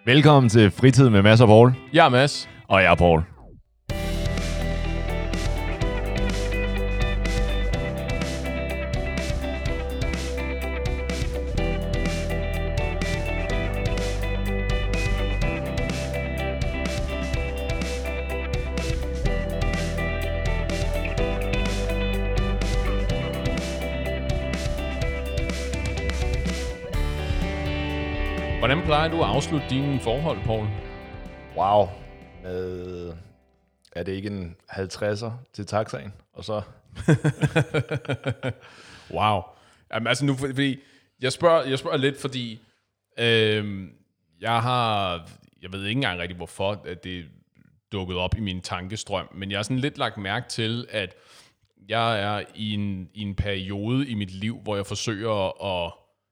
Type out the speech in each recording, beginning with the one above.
Velkommen til Fritid med Mads og Paul. Jeg er Mads. Og jeg er Paul. Hvordan plejer du at afslutte dine forhold, Paul? Wow. Er det ikke en 50'er til taxaen? Og så... Wow. Jamen, altså nu, fordi jeg spørger lidt, fordi jeg ved ikke engang rigtig, hvorfor at det dukket op i min tankestrøm, men jeg har sådan lidt lagt mærke til, at jeg er i en periode i mit liv, hvor jeg forsøger at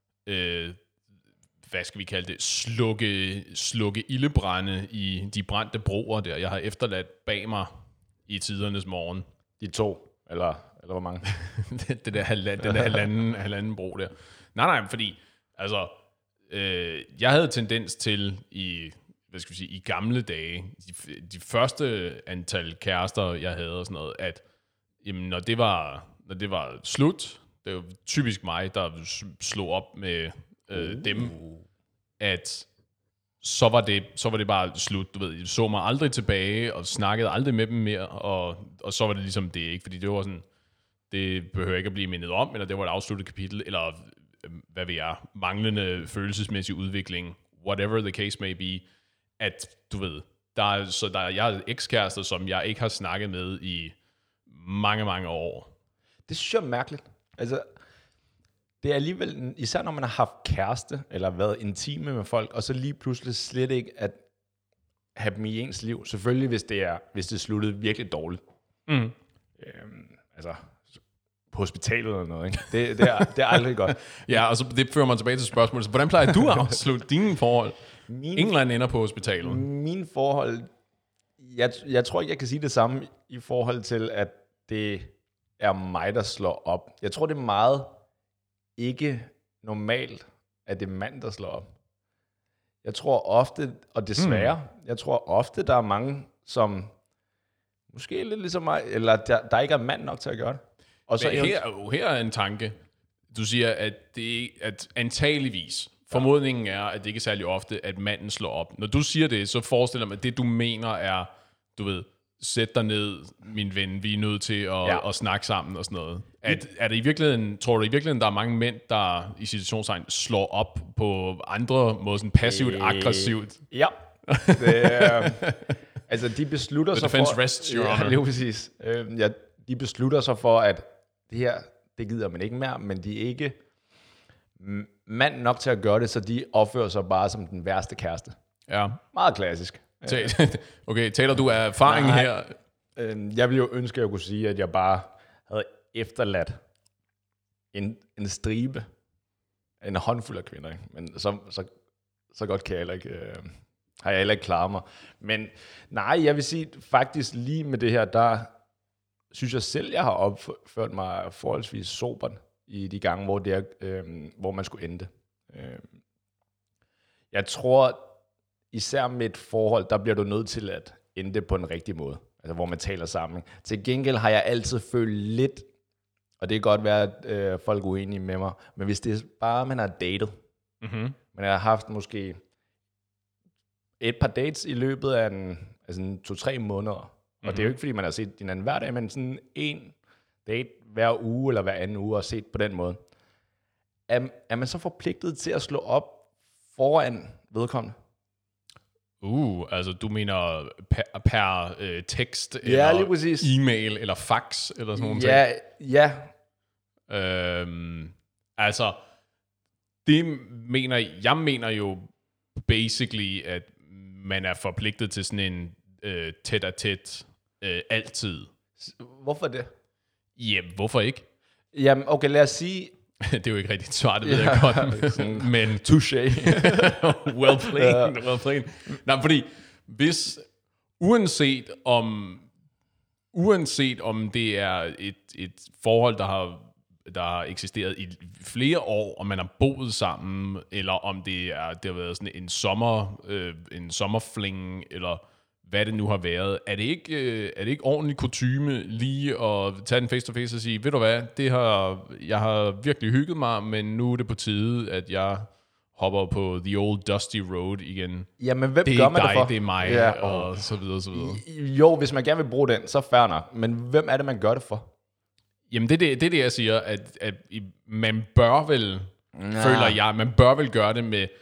hvad skal vi kalde det, slukke ildebrænde i de brændte broer der, jeg har efterladt bag mig i tidernes morgen. De to, eller hvor mange? Den der halvanden bro der. Nej, fordi, altså, jeg havde tendens til i gamle dage, de første antal kærester, jeg havde og sådan noget, at jamen, når det var slut, det var typisk mig, der slog op med dem, at så var det bare slut, du ved. Jeg så mig aldrig tilbage, og snakkede aldrig med dem mere, og så var det ligesom det, ikke? Fordi det var sådan, det behøver ikke at blive mindet om, eller det var et afsluttet kapitel, eller hvad ved jeg, manglende følelsesmæssig udvikling, whatever the case may be, at du ved, jeg er ekskærester, som jeg ikke har snakket med i mange, mange år. Det synes jeg er mærkeligt. Altså, det er alligevel, især når man har haft kæreste, eller været intime med folk, og så lige pludselig slet ikke at have dem i ens liv. Selvfølgelig, hvis det sluttede virkelig dårligt. Mm. Altså, på hospitalet eller noget, ikke? Det er aldrig godt. Ja, og så det fører mig tilbage til spørgsmålet. Så hvordan plejer du at afslutte dine forhold? England ender på hospitalet. Mine forhold, jeg tror ikke, jeg kan sige det samme i forhold til, at det er mig, der slår op. Jeg tror, det er meget ikke normalt, at det er mand, der slår op. Jeg tror ofte, og desværre, der er mange, som måske lidt ligesom mig, eller der ikke er mand nok til at gøre det. Og så her er en tanke. Du siger, at antageligvis, formodningen er, at det ikke er særlig ofte, at manden slår op. Når du siger det, så forestiller mig, at det du mener er, du ved, sæt dig ned, min ven, vi er nødt til at snakke sammen og sådan noget. Er det i virkeligheden, tror du i virkeligheden, der er mange mænd, der i situationstegn slår op på andre måder, sådan passivt, aggressivt? Ja. Altså, de beslutter sig for... Rests, your honor. Ja, det er præcis. De beslutter sig for, at det her, det gider man ikke mere, men de er ikke mand nok til at gøre det, så de opfører sig bare som den værste kæreste. Ja. Meget klassisk. Okay, taler du af erfaring her? Jeg ville jo ønske, at jeg kunne sige, at jeg bare havde efterladt en stribe, en håndfuld af kvinder, ikke? Men så godt kan jeg har jeg heller ikke klaret mig. Men nej, jeg vil sige, faktisk lige med det her, der synes jeg selv, jeg har opført mig forholdsvis sobert i de gange, hvor man skulle ende det. Jeg tror, især med et forhold, der bliver du nødt til at ende det på en rigtig måde. Altså, hvor man taler sammen. Til gengæld har jeg altid følt lidt, og det kan godt være, at folk er uenige med mig, men hvis det er bare, man har datet, man har haft måske et par dates i løbet af 2-3 måneder, og det er jo ikke, fordi man har set hinanden hver dag, men sådan en date hver uge, eller hver anden uge, og set på den måde. Er man så forpligtet til at slå op foran vedkommende? Altså du mener per tekst, ja, eller lige præcis. E-mail, eller fax, eller sådan noget? Ja. Altså, jeg mener jo basically, at man er forpligtet til sådan en tæt-a-tæt altid. Hvorfor det? Jamen, hvorfor ikke? Jamen, okay, lad os sige... Det er jo ikke rigtigt et svar, det ved jeg godt. Men touché. well played. Nej, fordi hvis uanset om det er et forhold, der har der har eksisteret i flere år, om man har boet sammen, eller om det har været sådan en sommerfling, eller hvad det nu har været. Er det ikke ordentlig kutyme lige at tage den face to face og sige, ved du hvad, jeg har virkelig hygget mig, men nu er det på tide, at jeg hopper på the old dusty road igen. Jamen, hvem gør man det for? Det er mig, ja, og så videre, så videre. Jo, hvis man gerne vil bruge den, så fair nok. Men hvem er det, man gør det for? Jamen, det er det, jeg siger, at man bør vel, føler jeg, man bør vel gøre det med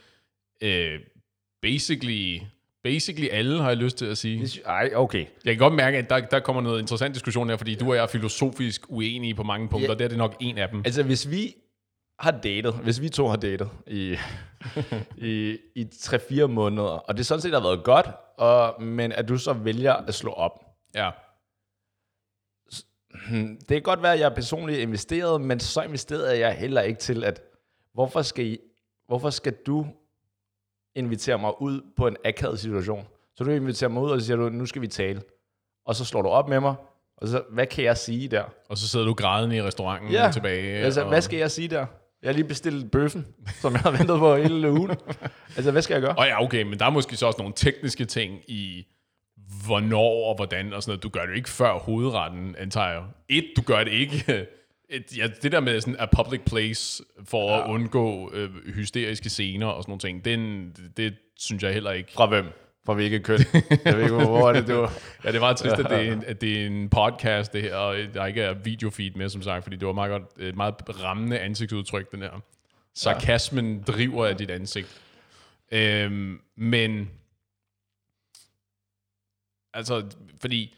basically alle, har jeg lyst til at sige. Ej, okay. Jeg kan godt mærke, at der kommer noget interessant diskussion her, fordi du og jeg er filosofisk uenige på mange punkter, det er det nok en af dem. Altså, hvis vi to har datet i 3-4 måneder, og det sådan set har været godt, men at du så vælger at slå op. Ja. Det kan godt være, at jeg er personligt investeret, men så investerede jeg heller ikke til, at hvorfor skal du invitere mig ud på en akavet situation? Så du inviterer mig ud, og så siger du, nu skal vi tale. Og så slår du op med mig, og så, hvad kan jeg sige der? Og så sidder du grædende i restauranten tilbage. Altså, hvad skal jeg sige der? Jeg har lige bestilt bøffen, som jeg har ventet på hele ugen. Altså, hvad skal jeg gøre? Og ja, okay, men der er måske så også nogle tekniske ting i, hvornår og hvordan og sådan noget. Du gør det jo ikke før hovedretten, antager jeg. Du gør det ikke. Det der med sådan a public place for at undgå hysteriske scener og sådan nogle ting, det synes jeg heller ikke. Fra hvem? Fra hvilket køn? Jeg ved ikke, hvor er det, du... Ja, det er meget trist, at det er en podcast, det her, og der ikke er videofeed med, som sagt, fordi det var et meget rammende ansigtsudtryk, den her. Sarkasmen driver af dit ansigt. Men... Altså, fordi...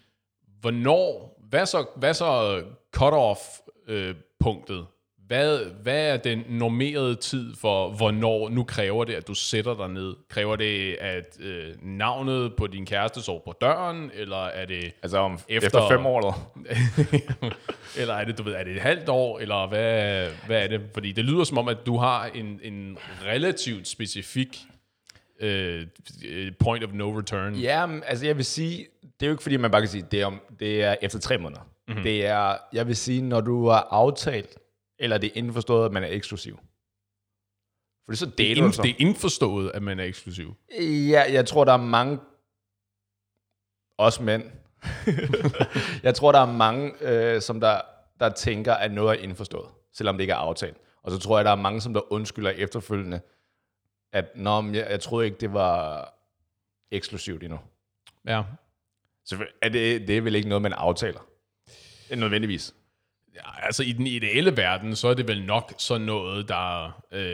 Hvad så cut-off-punktet? Hvad er den normerede tid for, hvornår nu kræver det, at du sætter dig ned? Kræver det, at navnet på din kæreste står på døren, eller er det... Altså efter 5 år, eller er det, er det et halvt år, eller hvad er det? Fordi det lyder som om, at du har en relativt specifik point of no return. Ja, altså jeg vil sige, det er jo ikke fordi, man bare kan sige, det er efter 3 måneder. Mm-hmm. Det er, jeg vil sige, når du har aftalt, eller det er indforstået, at man er eksklusiv. For så det er indforstået, at man er eksklusiv. Ja, jeg tror, der er mange, også mænd, jeg tror, der er mange, som der tænker, at noget er indforstået, selvom det ikke er aftalt. Og så tror jeg, der er mange, som der undskylder efterfølgende, at jeg troede ikke, det var eksklusivt endnu. Ja. Så det er vel ikke noget, man aftaler? Nødvendigvis. Ja, altså i den ideelle verden, så er det vel nok sådan noget, der...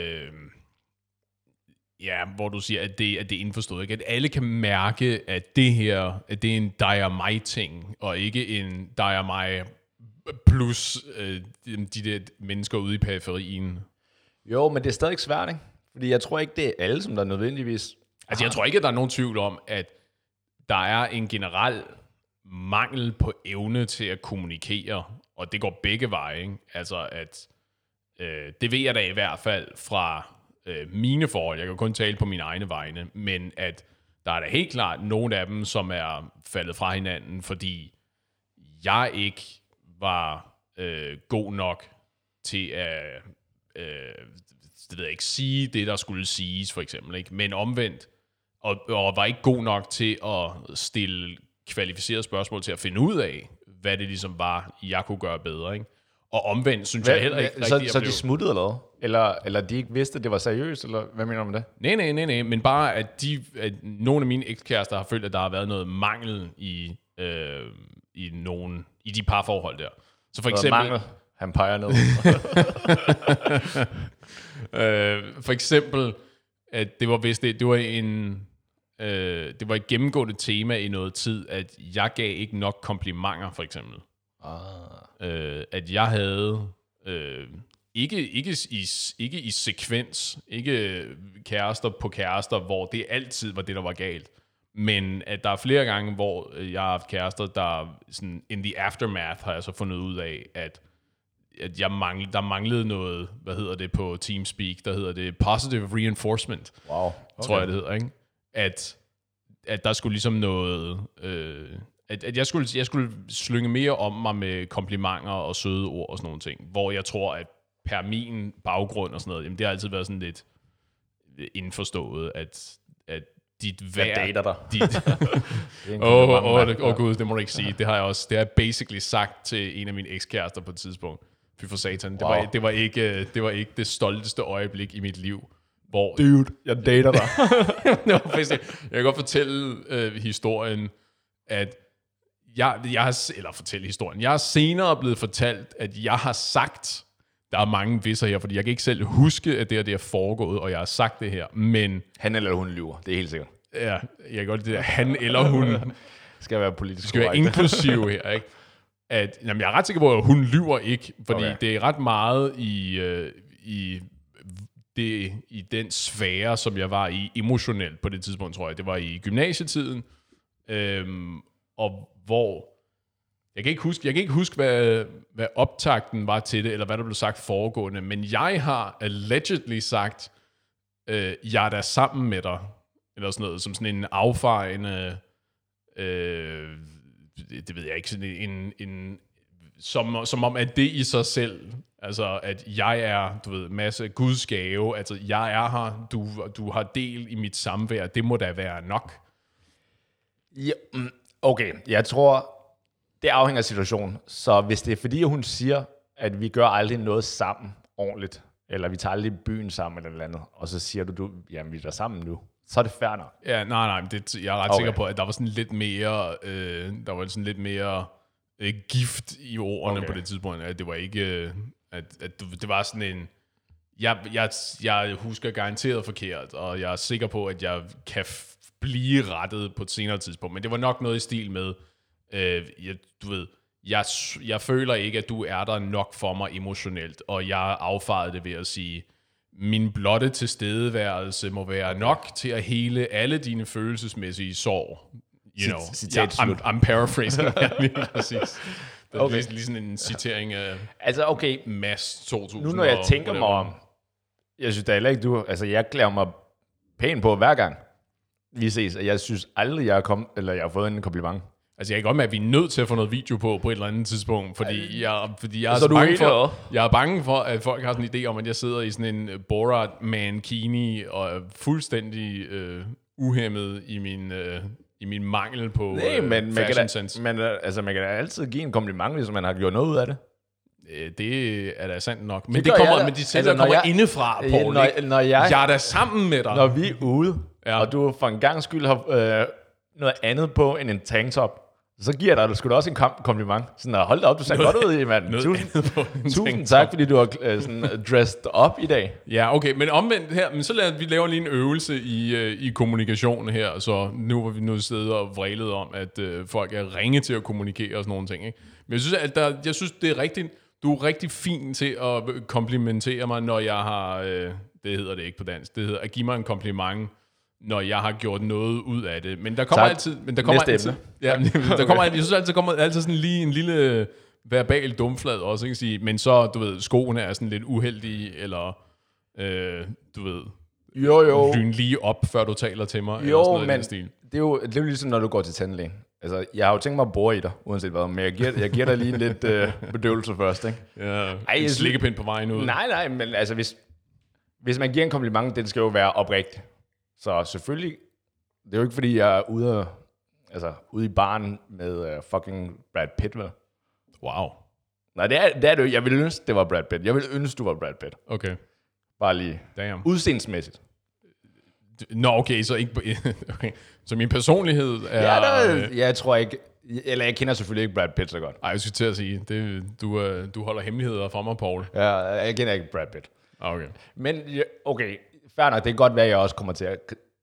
hvor du siger, at det er indforstået. Ikke? At alle kan mærke, at det her, at det er en dig og mig ting, og ikke en dig og mig plus de der mennesker ude i periferien. Jo, men det er stadig svært, ikke? Fordi jeg tror ikke, det er alle, som der nødvendigvis... Altså jeg tror ikke, at der er nogen tvivl om, at der er en generel mangel på evne til at kommunikere, og det går begge veje, ikke? Altså at det ved jeg da i hvert fald fra mine forhold, jeg kan kun tale på mine egne vegne, men at der er da helt klart nogle af dem, som er faldet fra hinanden, fordi jeg ikke var god nok til at det ved jeg ikke, sige det, der skulle siges, for eksempel, ikke? Men omvendt, og var ikke god nok til at stille kvalificerede spørgsmål til at finde ud af, hvad det ligesom var, jeg kunne gøre bedre, ikke? Og omvendt, synes jeg heller ikke rigtigt... Så de smuttede eller eller de ikke vidste, at det var seriøst, eller hvad mener du med det? Nej, men bare, at nogle af mine ekskærester har følt, at der har været noget mangel i de parforhold der. Så for eksempel... Mangel. Han peger ned. For eksempel, at det var et gennemgående tema i noget tid, at jeg gav ikke nok komplimenter, for eksempel. At jeg havde ikke i sekvens, ikke kærester på kærester, hvor det altid var det, der var galt. Men at der er flere gange, hvor jeg har haft kærester, der sådan in the aftermath har jeg så fundet ud af, at der manglede noget, hvad hedder det på Teamspeak, der hedder det positive reinforcement. Wow. Okay. Tror jeg, det hedder, ikke? At der skulle ligesom noget, at jeg skulle slynge mere om mig med komplimenter og søde ord og sådan nogle ting, hvor jeg tror, at per min baggrund og sådan noget, jamen det har altid været sådan lidt indforstået, at dit værd... Jeg dater dig. Gud, det må du ikke sige. Det har jeg basically sagt til en af mine ekskærester på et tidspunkt. Fy for satan. Det var ikke det stolteste øjeblik i mit liv. Hvor, dude, jeg dater dig. Jeg kan godt fortælle historien, at jeg har senere blevet fortalt, at jeg har sagt, der er mange visser her, fordi jeg kan ikke selv huske, at det er foregået, og jeg har sagt det her, men... Han eller hun lyver, det er helt sikkert. Ja, jeg kan godt lide det der, han eller hun... skal være politisk skal være inklusiv her, ikke? Jamen, jeg er ret sikker på, at hun lyver ikke, fordi det er ret meget i den sfære, som jeg var i emotionelt på det tidspunkt, tror jeg. Det var i gymnasietiden, og hvor... Jeg kan ikke huske, hvad optakten var til det, eller hvad der blev sagt foregående, men jeg har allegedly sagt, jeg er da sammen med dig, eller sådan noget, som sådan en affejende, det ved jeg ikke, sådan som om at det i sig selv, altså at jeg er, du ved, masse Guds gave, altså jeg er her, du har del i mit samvær, det må da være nok. Ja, okay, jeg tror... Det afhænger af situationen. Så hvis det er fordi, hun siger, at vi gør aldrig noget sammen ordentligt, eller vi tager aldrig byen sammen eller andet, og så siger du jamen vi er der sammen nu, så er det fair nok. Ja, nej, jeg er ret sikker på, at der var sådan lidt mere, gift i ordene på det tidspunkt. At det var ikke, det var sådan en, jeg husker garanteret forkert, og jeg er sikker på, at jeg kan blive rettet på et senere tidspunkt, men det var nok noget i stil med, jeg føler ikke, at du er der nok for mig emotionelt, og jeg affejede det ved at sige, min blotte tilstedeværelse må være nok til at hele alle dine følelsesmæssige sår. I'm paraphrasing. Ja, lige præcis. Det er lige sådan en citering af Mads 2000. Nu når jeg tænker mig om, jeg synes da heller ikke jeg klæder mig pænt på hver gang vi ses, og jeg synes aldrig, jeg har fået en kompliment. Altså, jeg kan godt med, at vi er nødt til at få noget video på et eller andet tidspunkt, fordi jeg er bange for, at folk har sådan en idé om, at jeg sidder i sådan en Borat mankini og er fuldstændig uhæmmet i min mangel på fashion sense. Men man kan da altid give en kompliment, hvis man har gjort noget ud af det. Det er da sandt nok. Men det kommer indefra, Paul. Jeg er da sammen med dig. Når vi er ude, og du for en gang skyld har noget andet på end en tanktop, så giver dig sgu da også en kompliment. Sådan, hold da op, du ser godt ud i, mand. Tusind tak, fordi du har sådan dressed up i dag. Ja, okay, men omvendt her, men så vi laver lige en øvelse i kommunikation her, så nu hvor vi nu sidder og vrælet om, at folk er ringe til at kommunikere og sådan nogle ting, ikke? Men jeg synes, det er rigtigt, du er rigtig fin til at komplimentere mig, når jeg har, det hedder det ikke på dansk, det hedder at give mig en kompliment, når jeg har gjort noget ud af det. Men der kommer altid... Jeg synes altid, kommer altid sådan lige en lille verbal dumflad også, ikke? Sige, men så, du ved, skoene er sådan lidt uheldige, eller, du ved... Lyn lige op, før du taler til mig, eller sådan noget i den stil. Det er jo ligesom, når du går til tandlægen. Altså, jeg har jo tænkt mig at bore i dig, uanset hvad, men jeg giver dig lige lidt bedøvelse først, ikke? Ja, en slikkepind på vejen ud. Nej, men altså, hvis man giver en kompliment, det skal jo være oprigtigt. Så selvfølgelig, det er jo ikke fordi, jeg er ude i baren med fucking Brad Pitt, vel? Wow. Nej, det er det jo. Jeg ville ønske, det var Brad Pitt. Jeg ville ønske, du var Brad Pitt. Okay. Bare lige. Damn. Udseendsmæssigt. Nå, okay, så ikke... Okay. Så min personlighed er... Jeg tror ikke... Eller jeg kender selvfølgelig ikke Brad Pitt så godt. Ej, jeg skulle til at sige, du holder hemmeligheder fra mig, Paul. Ja, jeg kender ikke Brad Pitt. Okay. Men, okay, fair nok, det kan godt være, at jeg også kommer til at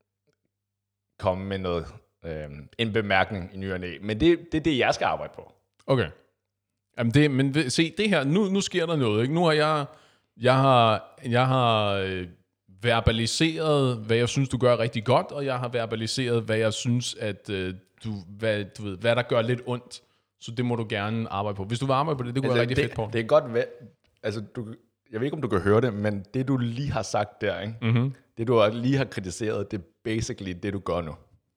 komme med noget, en bemærkning i ny og næ. Men det er det, jeg skal arbejde på. Okay. Jamen men se, det her, nu sker der noget, ikke? Nu har jeg har verbaliseret, hvad jeg synes, du gør rigtig godt, og jeg har verbaliseret, hvad jeg synes, at hvad der gør lidt ondt. Så det må du gerne arbejde på. Hvis du vil arbejde på det, det kunne være rigtig fedt på. Det er godt, altså jeg ved ikke, om du kan høre det, men det, du lige har sagt der, ikke? Mm-hmm. Det, du lige har kritiseret, det er basically det, du gør nu.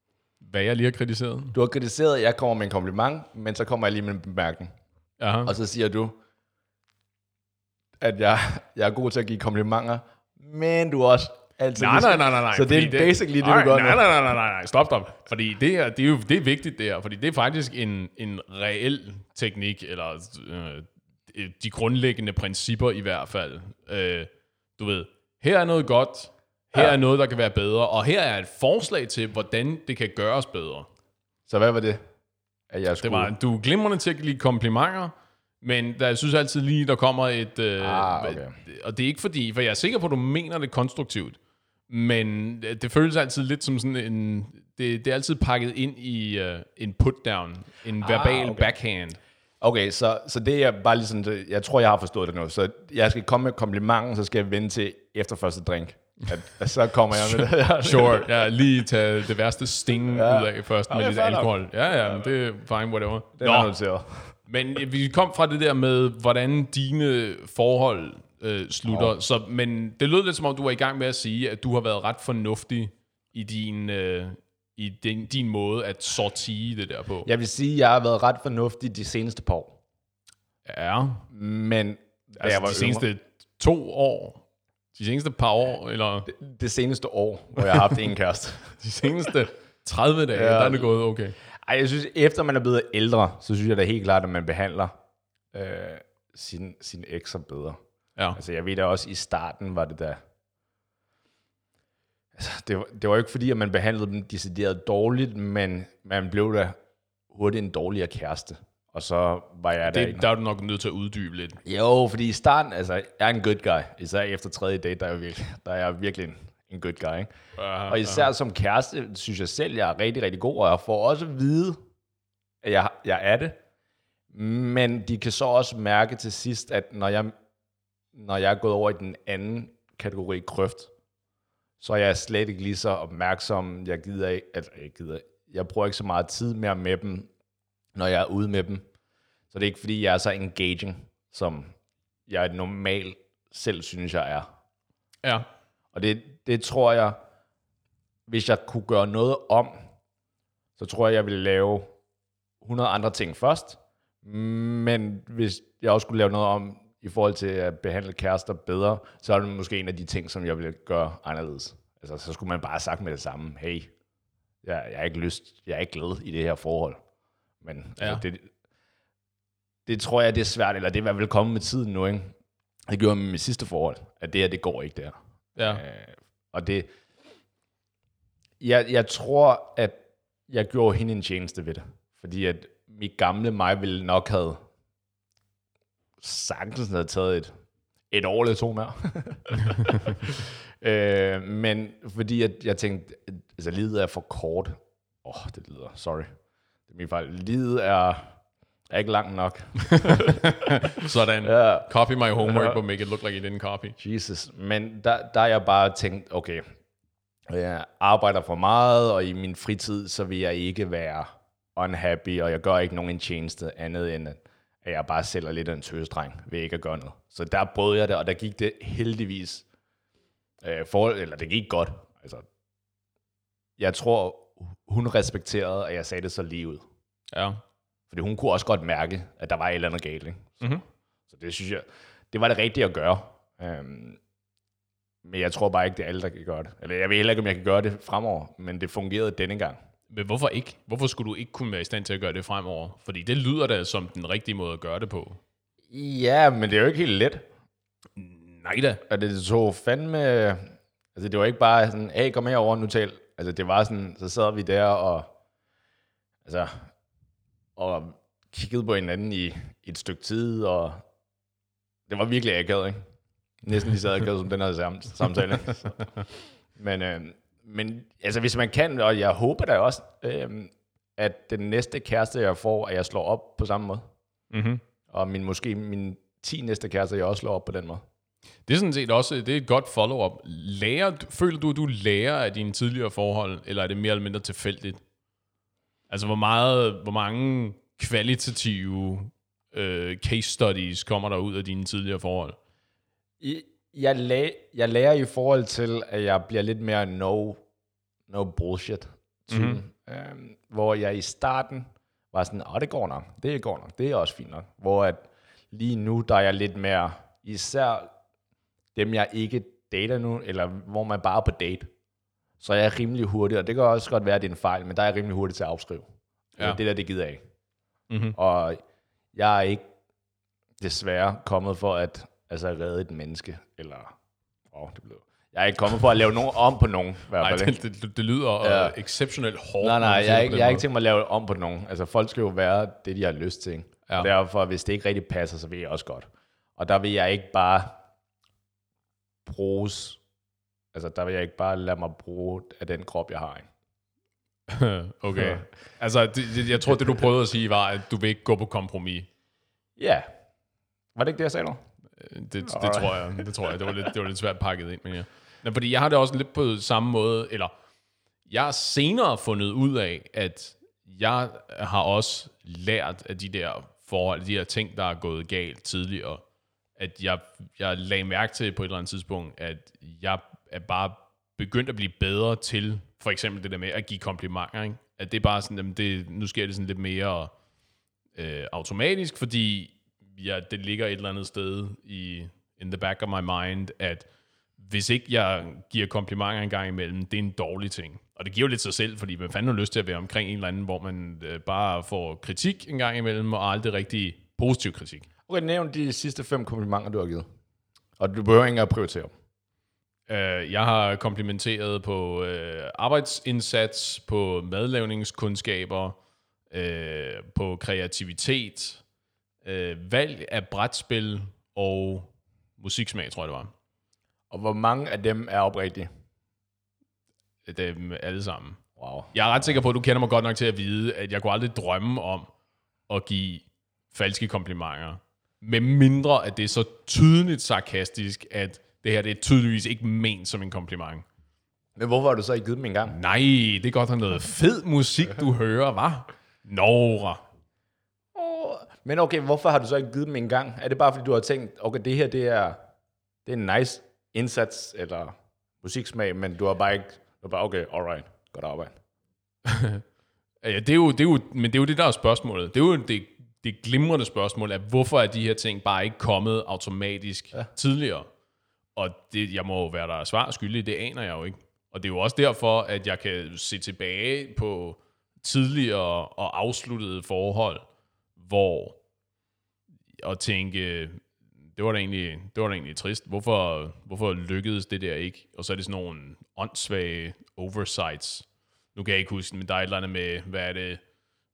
Hvad jeg lige har kritiseret? Du har kritiseret, at jeg kommer med en kompliment, men så kommer jeg lige med en bemærkning. Aha. Og så siger du, at jeg er god til at give komplimenter, men du er også altid... Nej. Så det er basically det, du gør nu. Nej. Stop. Fordi det er vigtigt, det her. Fordi det er faktisk en reel teknik, eller de grundlæggende principper i hvert fald. Du ved, her er noget godt, her er noget, der kan være bedre, og her er et forslag til, hvordan det kan gøres bedre. Så hvad var det? At jeg skulle... Det var, du er glimrende til at give komplimenter, men jeg synes altid lige, der kommer et... okay. Og det er ikke fordi, for jeg er sikker på, at du mener det konstruktivt, men det føles altid lidt som sådan en... Det er altid pakket ind i en put-down, en verbal backhand. Okay, så det er bare ligesom... Jeg tror, jeg har forstået det nu. Så jeg skal komme med komplimenten, så skal jeg vente til efter første drink. At så kommer jeg med det her. Sure, ja, lige tage det værste sting ud af først med lidt alkohol. Ja, det er fine, whatever. Det er noteret. Men vi kom fra det der med, hvordan dine forhold slutter. Men det lød lidt som om, du var i gang med at sige, at du har været ret fornuftig i din måde at sortere det der på. Jeg vil sige, at jeg har været ret fornuftig de seneste par år. Ja. Men altså de seneste 2 år. De seneste par år, eller? Det seneste år, hvor jeg har haft en kæreste. De seneste 30 dage, der er det gået okay. Ej, jeg synes, efter man er blevet ældre, så synes jeg da helt klart, at man behandler sin ekser bedre. Ja. Altså, jeg ved da også, i starten var det da... Altså, det var jo ikke fordi, at man behandlede dem decideret dårligt, men man blev da hurtigt en dårligere kæreste. Og så var jeg der ikke. Der er du nok nødt til at uddybe lidt. Jo, fordi i starten, altså, jeg er en good guy. Især efter 3. date, der er jeg virkelig en good guy, ikke? Og især som kæreste, synes jeg selv, jeg er rigtig, rigtig god. Og jeg får også at vide, at jeg er det. Men de kan så også mærke til sidst, at når jeg er gået over i den anden kategori grøft, så er jeg slet ikke lige så opmærksom. Jeg bruger ikke så meget tid mere med dem, når jeg er ude med dem. Så det er ikke fordi, jeg er så engaging, som jeg normalt selv synes, jeg er. Ja. Og det tror jeg, hvis jeg kunne gøre noget om, så tror jeg ville lave 100 andre ting først. Men hvis jeg også skulle lave noget om, i forhold til at behandle kærester bedre, så er det måske en af de ting, som jeg ville gøre anderledes. Altså, så skulle man bare have sagt med det samme, hey, jeg er ikke glad i det her forhold. Men altså, det tror jeg, det er svært, eller det er i hvert fald kommet med tiden nu, ikke? Det gjorde jeg med mit sidste forhold, at det går ikke der. Ja. Og det... Jeg tror, at jeg gjorde hende en tjeneste ved det. Fordi at mit gamle mig ville nok have sagtens havde taget et år eller 2 mere. Men fordi at jeg tænkte, altså livet er for kort. Det lyder, sorry. Det er min fejl. Livet er ikke langt nok. Sådan. Copy my homework, but make it look like you didn't copy. Jesus. Men der er jeg bare tænkt, okay, jeg arbejder for meget, og i min fritid, så vil jeg ikke være unhappy, og jeg gør ikke nogen en tjeneste andet end, at jeg bare sælger lidt af en tøsedreng ved ikke at gøre noget. Så der prøvede jeg det, og der gik det heldigvis, eller det gik godt. Altså, jeg tror, hun respekterede, at jeg sagde det så lige ud. Ja. Fordi hun kunne også godt mærke, at der var et eller andet galt. Ikke? Så det synes jeg, det var det rigtige at gøre. Men jeg tror bare ikke, det er alle, der kan gøre det. Eller jeg ved heller ikke, om jeg kan gøre det fremover, men det fungerede denne gang. Men hvorfor ikke? Hvorfor skulle du ikke kunne være i stand til at gøre det fremover? Fordi det lyder da som den rigtige måde at gøre det på. Ja, men det er jo ikke helt let. Nej da. Og det tog fandme... Altså, det var ikke bare sådan, hey, kom herover nu tal. Altså, det var sådan, så sad vi der og kiggede på hinanden i et stykke tid, og det var virkelig akavet, ikke? Næsten lige så akavet som den her samtale. Men altså, hvis man kan, og jeg håber da også, at den næste kæreste, jeg får, at jeg slår op på samme måde. Mm-hmm. Og min 10 næste kæreste, jeg også slår op på den måde. Det er sådan set også det er et godt follow-up. Føler du, at du lærer af dine tidligere forhold, eller er det mere eller mindre tilfældigt? Altså, hvor mange kvalitative case studies kommer der ud af dine tidligere forhold? Jeg lærer i forhold til, at jeg bliver lidt mere no bullshit typen. hvor jeg i starten var sådan, det går nok, det er også fint nok. Hvor at lige nu, der er jeg lidt mere, især dem jeg ikke dater nu, eller hvor man bare er på date, så er jeg rimelig hurtig, og det kan også godt være, at det er en fejl, men der er jeg rimelig hurtig til at afskrive. Ja. Det gider jeg ikke. Mm-hmm. Og jeg er ikke desværre kommet for at redde et menneske, eller jeg er ikke kommet for at lave nogen om på nogen. Nej, det lyder exceptionelt hårdt. Nej, jeg er ikke tænkt mig at lave om på nogen. Altså, folk skal jo være det, de har lyst til. Ja. Og derfor, hvis det ikke rigtig passer, så vil jeg også godt. Og der vil jeg ikke bare lade mig bruge af den krop, jeg har. Okay. Altså, jeg tror, det du prøvede at sige, var, at du vil ikke gå på kompromis. Ja. Var det ikke det, jeg sagde nu? Det tror jeg. Det var lidt svært pakket ind, men ja. Men fordi jeg har det også lidt på samme måde, eller jeg har senere fundet ud af, at jeg har også lært af de der forhold, de her ting, der er gået galt tidligere, at jeg lagde mærke til på et eller andet tidspunkt, at jeg er bare begyndt at blive bedre til, for eksempel det der med at give komplimenter, ikke? At det er bare sådan, nu sker det sådan lidt mere automatisk, fordi det ligger et eller andet sted in the back of my mind, at hvis ikke jeg giver komplimenter en gang imellem, det er en dårlig ting. Og det giver jo lidt sig selv, fordi man fandme har lyst til at være omkring en eller anden, hvor man bare får kritik en gang imellem, og aldrig rigtig positiv kritik. Okay, nævn de sidste 5 komplimenter, du har givet. Og du behøver ikke at prioritere dem. Jeg har komplimenteret på arbejdsindsats, på madlavningskundskaber, på kreativitet, valg af brætspil og musiksmag, tror jeg det var. Og hvor mange af dem er oprigtige? Dem alle sammen. Wow. Jeg er ret sikker på, at du kender mig godt nok til at vide, at jeg kunne aldrig drømme om at give falske komplimenter. Med mindre, at det er så tydeligt sarkastisk, at det her det er tydeligvis ikke ment som en kompliment. Men hvorfor har du så ikke givet dem engang? Nej, det er godt nok noget fed musik, du hører, hva'? Nora. Men okay, hvorfor har du så ikke givet dem engang? Er det bare, fordi du har tænkt, okay, det her det er en nice indsats, eller musiksmag, men du har bare ikke, okay, alright, godt arbejde. Ja, det er jo det, der er spørgsmålet. Det er jo det glimrende spørgsmål, at hvorfor er de her ting bare ikke kommet automatisk tidligere? Og jeg må jo være der svar skyldig, det aner jeg jo ikke. Og det er jo også derfor, at jeg kan se tilbage på tidligere og afsluttede forhold, og tænke, det var da egentlig trist. Hvorfor lykkedes det der ikke? Og så er det sådan nogle åndssvage oversights. Nu kan jeg ikke huske, men der er et eller andet med, hvad er det?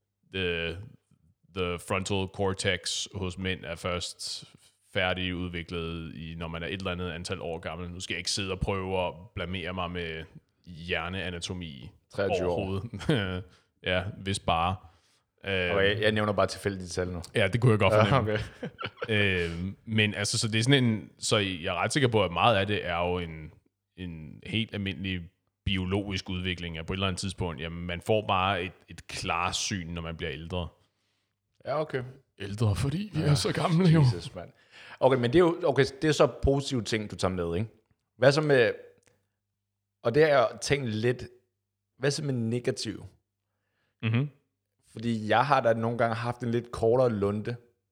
The frontal cortex hos mænd er først færdigudviklet, når man er et eller andet antal år gammel. Nu skal jeg ikke sidde og prøve at blamere mig med hjerneanatomi 23 overhovedet. Ja, hvis bare. Okay, jeg nævner bare tilfældigt tal nu. Ja, det kunne jeg godt fornemme. Okay. Men altså, så det er sådan så jeg er ret sikker på, at meget af det er jo en helt almindelig biologisk udvikling, at på et eller andet tidspunkt, jamen, man får bare et klarsyn, når man bliver ældre. Ja, okay. Ældre, fordi vi er så gamle jo. Jesus, man. Okay, men det er så positive ting, du tager med, ikke? Hvad så med, og det har jeg tænkt lidt, hvad så med negativ? Mhm. Fordi jeg har da nogle gange haft en lidt kortere lunte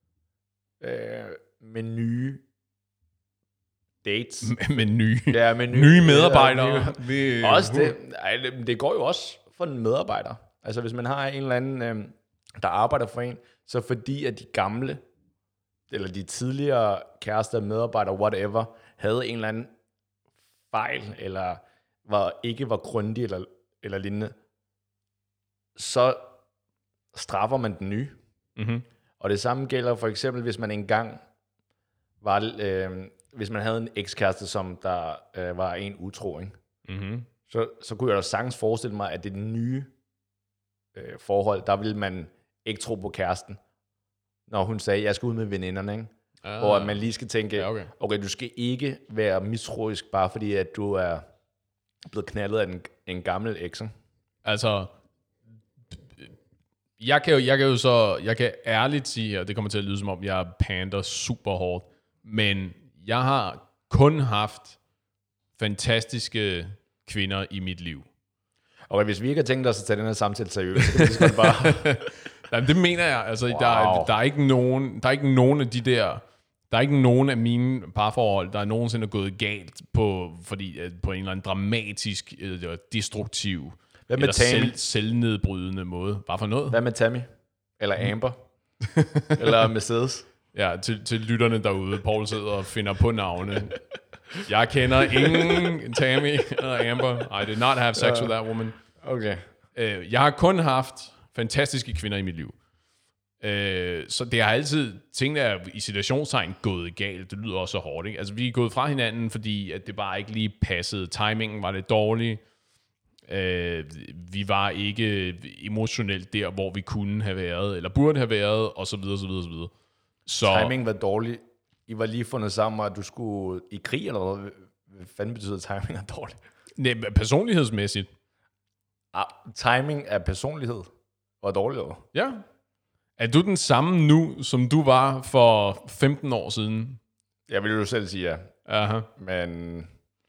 med nye dates. med nye nye medarbejdere. Også det går jo også for en medarbejder. Altså hvis man har en eller anden, der arbejder for en, så fordi at de gamle, eller de tidligere kærester, medarbejdere, whatever, havde en eller anden fejl, eller ikke var grundig, eller lignende, så straffer man den nye. Mm-hmm. Og det samme gælder for eksempel, hvis man engang var, hvis man havde en ekskæreste, som der var en utro, ikke? Mm-hmm. Så kunne jeg da sagtens forestille mig, at det nye forhold, der ville man ikke tro på kæresten, når hun sagde, jeg skal ud med veninderne, ikke? Hvor man lige skal tænke, okay, du skal ikke være mistroisk, bare fordi at du er blevet knaldet af en gammel eks. Altså, jeg kan ærligt sige, og det kommer til at lyde som om, jeg pander super hårdt, men jeg har kun haft fantastiske kvinder i mit liv. Og hvis vi ikke har tænkt os at tage den her samtale seriøst, så kan vi lige så godt bare... Jamen, det mener jeg. Altså, Wow. der er ikke nogen af de der... Der er ikke nogen af mine parforhold, der er nogensinde gået galt på en eller anden dramatisk, destruktiv, Hvad med eller Tammy? selvnedbrydende måde. Bare for noget. Hvad med Tammy? Eller Amber? Eller Mercedes? Ja, til lytterne derude. Paul sidder og finder på navne. Jeg kender ingen Tammy eller Amber. I did not have sex with that woman. Okay. Jeg har kun haft fantastiske kvinder i mit liv. Så det har altid, tingene er i situationstegn gået galt. Det lyder også så hårdt, ikke? Altså, vi er gået fra hinanden, fordi at det bare ikke lige passede. Timingen var lidt dårlig. Vi var ikke emotionelt der, hvor vi kunne have været, eller burde have været, og så videre, så videre, så videre. Så Timing var dårlig. I var lige fundet sammen, og du skulle i krig eller noget. Hvad fanden betyder timing er dårlig? nej, personlighedsmæssigt. Timing er personlighed. Var dårlig over. Ja. Er du den samme nu, som du var for 15 år siden? Jeg vil jo selv sige ja. Aha. Men...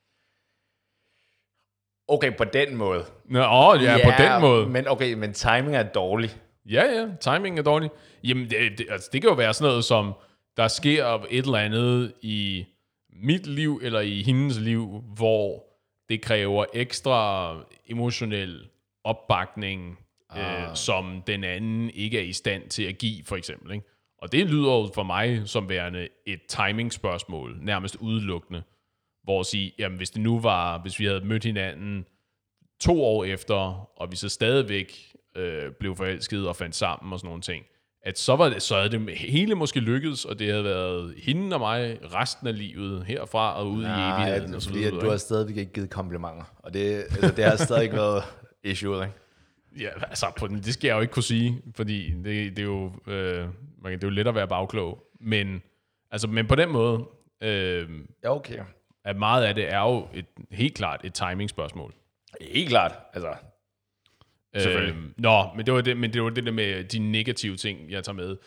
Okay, på den måde. Nå, ja, på den måde. Men timing er dårlig. Ja, timingen er dårlig. Jamen, det kan jo være sådan noget som, der sker et eller andet i mit liv, eller i hendes liv, hvor det kræver ekstra emotionel opbakning, som den anden ikke er i stand til at give, for eksempel. Ikke? Og det lyder jo for mig som værende et timing-spørgsmål, nærmest udelukkende, hvor at sige, jamen hvis vi havde mødt hinanden 2 år efter, og vi så stadigvæk blev forelsket og fandt sammen og sådan nogle ting, at så havde det hele måske lykkedes, og det havde været hende og mig resten af livet, herfra og ud i evigheden og så videre. Du har stadigvæk ikke givet komplimenter, og det har stadig ikke været issue, ikke? Ja, altså, det skal jeg jo ikke kunne sige, fordi det er jo, det er jo let at være bagklog. Men på den måde, Ja, okay. at meget af det er jo helt klart et timing-spørgsmål. Helt klart, altså. Selvfølgelig. Men det var det der med de negative ting, jeg tager med.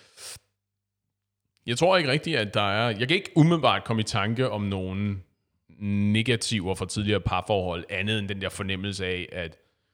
Jeg tror ikke rigtigt, at der er... Jeg kan ikke umiddelbart komme i tanke om nogen negativer fra tidligere parforhold, andet end den der fornemmelse af, at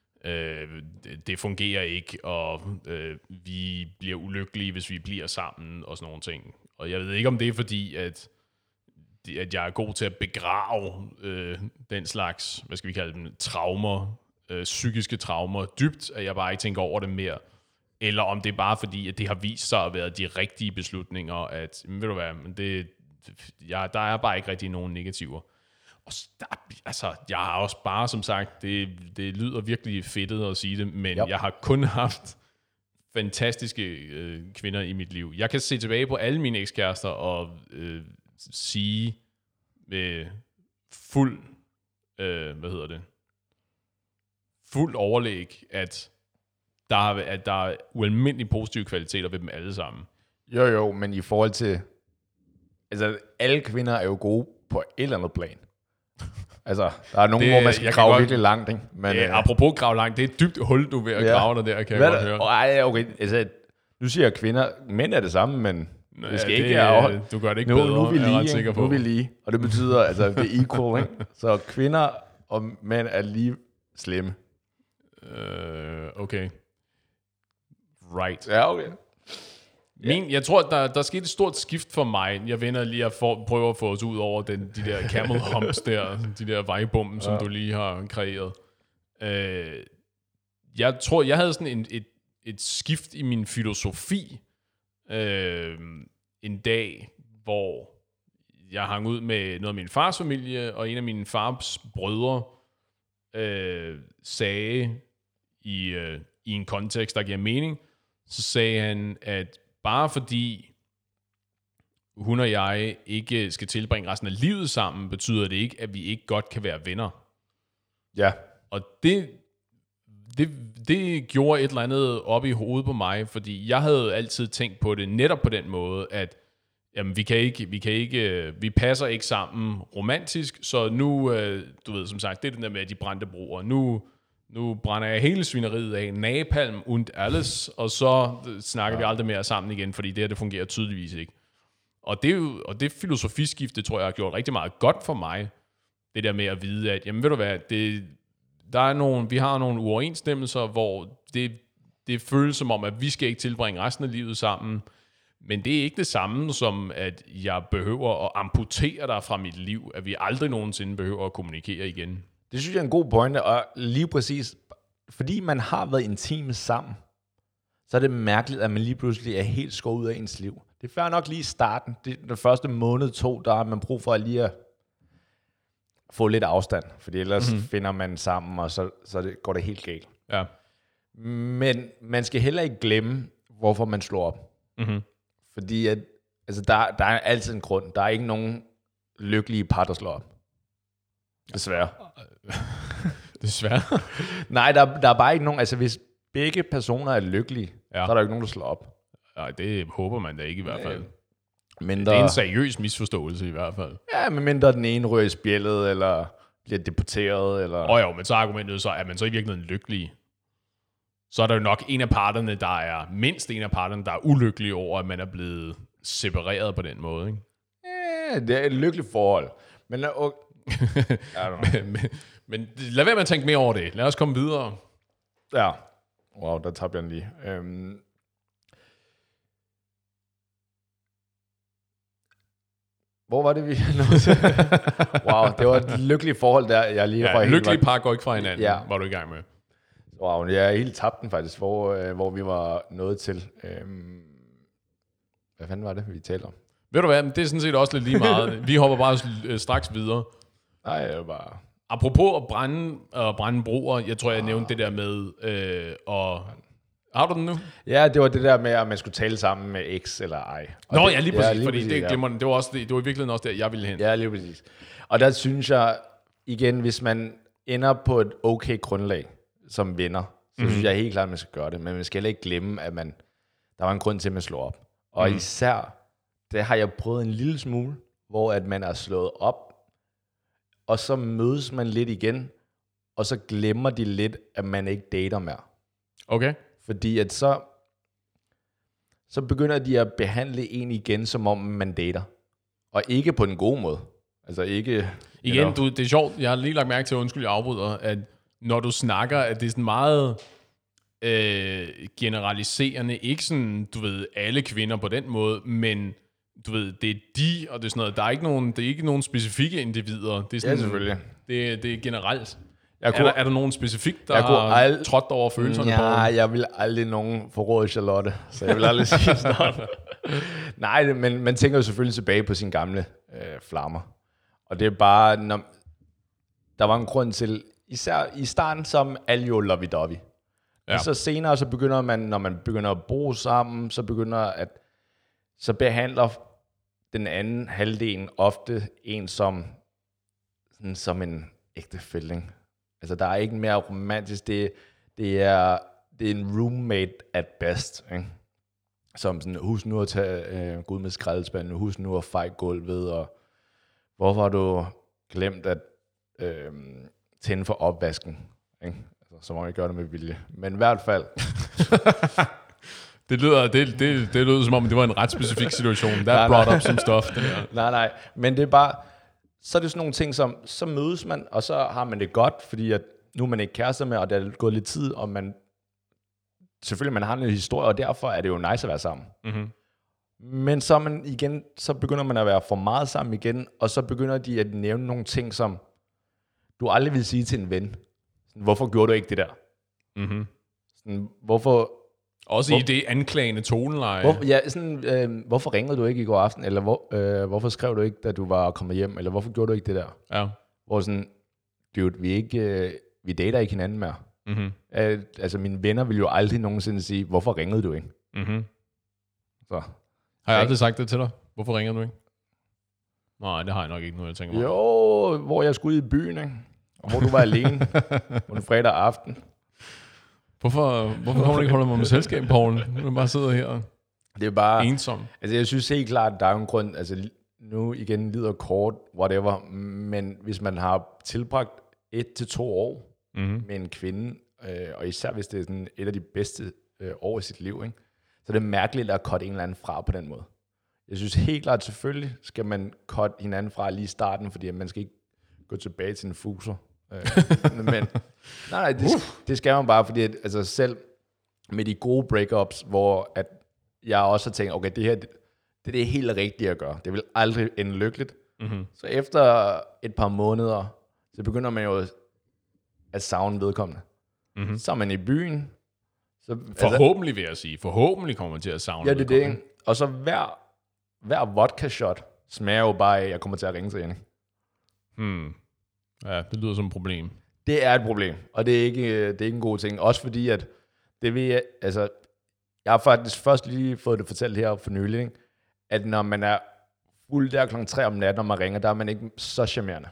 det fungerer ikke, og vi bliver ulykkelige, hvis vi bliver sammen, og sådan nogle ting. Og jeg ved ikke, om det er fordi, at jeg er god til at begrave den slags, hvad skal vi kalde dem, traumer, psykiske traumer dybt, at jeg bare ikke tænker over det mere. Eller om det er bare fordi, at det har vist sig at være de rigtige beslutninger, at, ved du hvad, men der er bare ikke rigtig nogen negativer. Og jeg har også bare, som sagt, det lyder virkelig fedtet at sige det, men jeg har kun haft fantastiske kvinder i mit liv. Jeg kan se tilbage på alle mine ekskærester og sige med fuld, fuld overlæg, at der er ualmindelige positive kvaliteter ved dem alle sammen. Jo, men i forhold til... Altså, alle kvinder er jo gode på et eller andet plan. Altså, der er nogen, hvor man skal grave virkelig langt, ikke? Men, apropos grave langt, det er et dybt hul, du er ved at grave dig der, kan jeg godt høre. Okay, altså, nu siger jeg kvinder, mænd er det samme, men det skal ikke... Du gør det ikke bedre, nu er vi lige, jeg er ret sikker på. Nu er vi lige, og det betyder, altså, det er equal, ikke? Så kvinder og mænd er lige slemme. Okay. Right. Ja, okay. Jeg tror, der skete et stort skift for mig. Jeg vender lige at prøve at få os ud over de der camel humps der, de der vejbomben, som du lige har kreeret. Jeg tror, jeg havde sådan et skift i min filosofi en dag, hvor jeg hang ud med noget af min fars familie, og en af min fars brødre sagde i en kontekst, der giver mening, så sagde han, at bare fordi hun og jeg ikke skal tilbringe resten af livet sammen, betyder det ikke, at vi ikke godt kan være venner. Ja. Og det gjorde et eller andet op i hovedet på mig, fordi jeg havde altid tænkt på det netop på den måde, at jamen, vi passer ikke sammen romantisk, så nu, du ved, som sagt, det er den der med de brændte broer. Nu brænder jeg hele svineriet af, napalm und alles, og så snakker vi aldrig mere sammen igen, fordi det fungerer tydeligvis ikke. Og det filosofiskifte, tror jeg, har gjort rigtig meget godt for mig. Det der med at vide, at, jamen ved du hvad, vi har nogle uoverensstemmelser, hvor det føles som om, at vi skal ikke tilbringe resten af livet sammen, men det er ikke det samme som, at jeg behøver at amputere dig fra mit liv, at vi aldrig nogensinde behøver at kommunikere igen. Det synes jeg er en god pointe, og lige præcis, fordi man har været intime sammen, så er det mærkeligt, at man lige pludselig er helt skåret ud af ens liv. Det er fair nok lige i starten, den første måned, 2, der har man brug for at lige at få lidt afstand, fordi ellers finder man sammen, og så går det helt galt. Ja. Men man skal heller ikke glemme, hvorfor man slår op. Mm-hmm. Fordi at, altså der er altid en grund. Der er ikke nogen lykkelige par, der slår op. Desværre. Desværre? Nej, der er bare ikke nogen. Altså hvis begge personer er lykkelige, så er der ikke nogen, der slår op. Nej, det håber man da ikke i hvert fald. Mindre, det er en seriøs misforståelse i hvert fald. Ja, medmindre den ene rører i spjældet, eller bliver deporteret, eller... Jo, men så er argumentet så, at man så i virkeligheden lykkelig. Så er der jo nok mindst en af parterne, der er ulykkelig over, at man er blevet separeret på den måde, ikke? Ja, det er et lykkeligt forhold. Men men lad være med at tænke mere over det. Lad os komme videre. Ja. Wow, der tabte jeg den lige. Hvor var det, vi nåede til? Wow, det var et lykkeligt forhold der. Jeg lige lykkelige par går ikke fra hinanden, var du i gang med. Wow, jeg er helt tabt den faktisk, hvor vi var nået til. Hvad fanden var det, vi talte om? Ved du hvad, det er sådan set også lidt lige meget. Vi hopper bare straks videre. Nej, det er bare... Apropos at brænde broer, jeg tror, jeg nævnte det der med... Har du den nu? Ja, det var det der med, at man skulle tale sammen med X eller ej. Nå, ja, lige præcis, fordi det glemmer den. Det var i virkeligheden også der, jeg ville hen. Ja, lige præcis. Og der synes jeg, igen, hvis man ender på et okay grundlag som venner, så synes jeg helt klart, at man skal gøre det. Men man skal heller ikke glemme, at der var en grund til, at man slår op. Og især, det har jeg prøvet en lille smule, hvor at man er slået op, og så mødes man lidt igen, og så glemmer de lidt, at man ikke dater mere. Okay. Fordi at så begynder de at behandle en igen, som om man dater. Og ikke på en god måde. Altså ikke... Igen, det er sjovt. Jeg har lige lagt mærke til, undskyld, jeg afbryder, at når du snakker, at det er sådan meget generaliserende. Ikke sådan, du ved, alle kvinder på den måde, men du ved, det er de, og det er sådan noget. Det er ikke nogen specifikke individer. Det er sådan, selvfølgelig. Det er generelt. Er der nogen specifikt, der har trådt over følelserne på? Nej, jeg vil aldrig nogen forråde Charlotte, så jeg vil aldrig sige sådan noget. Nej, men man tænker jo selvfølgelig tilbage på sine gamle flammer. Og det er bare, der var en grund til, især i starten, som alle jo lovey-dovey. Ja. Og så senere, så begynder man, når man begynder at bo sammen, så behandler den anden halvdelen ofte en som en ægtefælle. Altså, der er ikke mere romantisk. Det er en roommate at best, ikke? Som sådan, husk nu at tage gå ud med skraldespanden, husk nu at feje gulvet, og hvorfor har du glemt at tænde for opvasken, ikke? Altså, så må man ikke gøre det med vilje. Men i hvert fald... Det lyder som om, det var en ret specifik situation. Der brought up some stuff. Nej, men det er bare... Så er det sådan nogle ting, som så mødes man, og så har man det godt, fordi at nu er man ikke kærester med, og der er gået lidt tid, og selvfølgelig man har en historie, og derfor er det jo nice at være sammen. Mm-hmm. Men så begynder man at være for meget sammen igen, og så begynder de at nævne nogle ting, som du aldrig vil sige til en ven. Hvorfor gjorde du ikke det der? Mm-hmm. Hvorfor... Også i det anklagende toneleje. Hvorfor ringede du ikke i går aften? Eller hvorfor skrev du ikke, da du var kommet hjem? Eller hvorfor gjorde du ikke det der? Ja. Hvor sådan, dude, vi dater ikke hinanden mere. Mm-hmm. Altså, mine venner vil jo aldrig nogensinde sige, hvorfor ringede du ikke? Mm-hmm. Så. Har jeg aldrig sagt det til dig? Hvorfor ringede du ikke? Nej, det har jeg nok ikke noget, jeg tænker mig. Jo, hvor jeg skulle ud i byen, ikke? Og hvor du var alene på en fredag aften. Hvorfor har du ikke holdt mig med selskab, Poul? Du bare sidder her. Det er bare ensom. Altså, jeg synes helt klart, der er en grund. Altså, nu igen lider kort, whatever. Men hvis man har tilbragt 1 til 2 år med en kvinde, og især hvis det er sådan et af de bedste år i sit liv, ikke? Så det er mærkeligt at cutte en eller anden fra på den måde. Jeg synes helt klart, selvfølgelig skal man cutte hinanden fra lige i starten, fordi man skal ikke gå tilbage til en fuser. Men Nej, det skal man bare, fordi at, altså selv med de gode breakups, hvor at jeg også har tænkt, okay, det her, det er det helt rigtige at gøre. Det vil aldrig ende lykkeligt. Mm-hmm. Så efter et par måneder, så begynder man jo at savne vedkommende. Mm-hmm. Så er man i byen. Så, forhåbentlig vil jeg sige. Forhåbentlig kommer man til at savne vedkommende. Ja, det er det. Og så hver vodka shot smager jo bare af, at jeg kommer til at ringe til hende. Ja, det lyder som et problem. Det er et problem, og det er ikke en god ting. Også fordi, at det vil jeg, altså, jeg har faktisk først lige fået det fortalt her for nylig, ikke? At når man er fuld der klokken 3 om natten, når man ringer, der er man ikke så charmerende.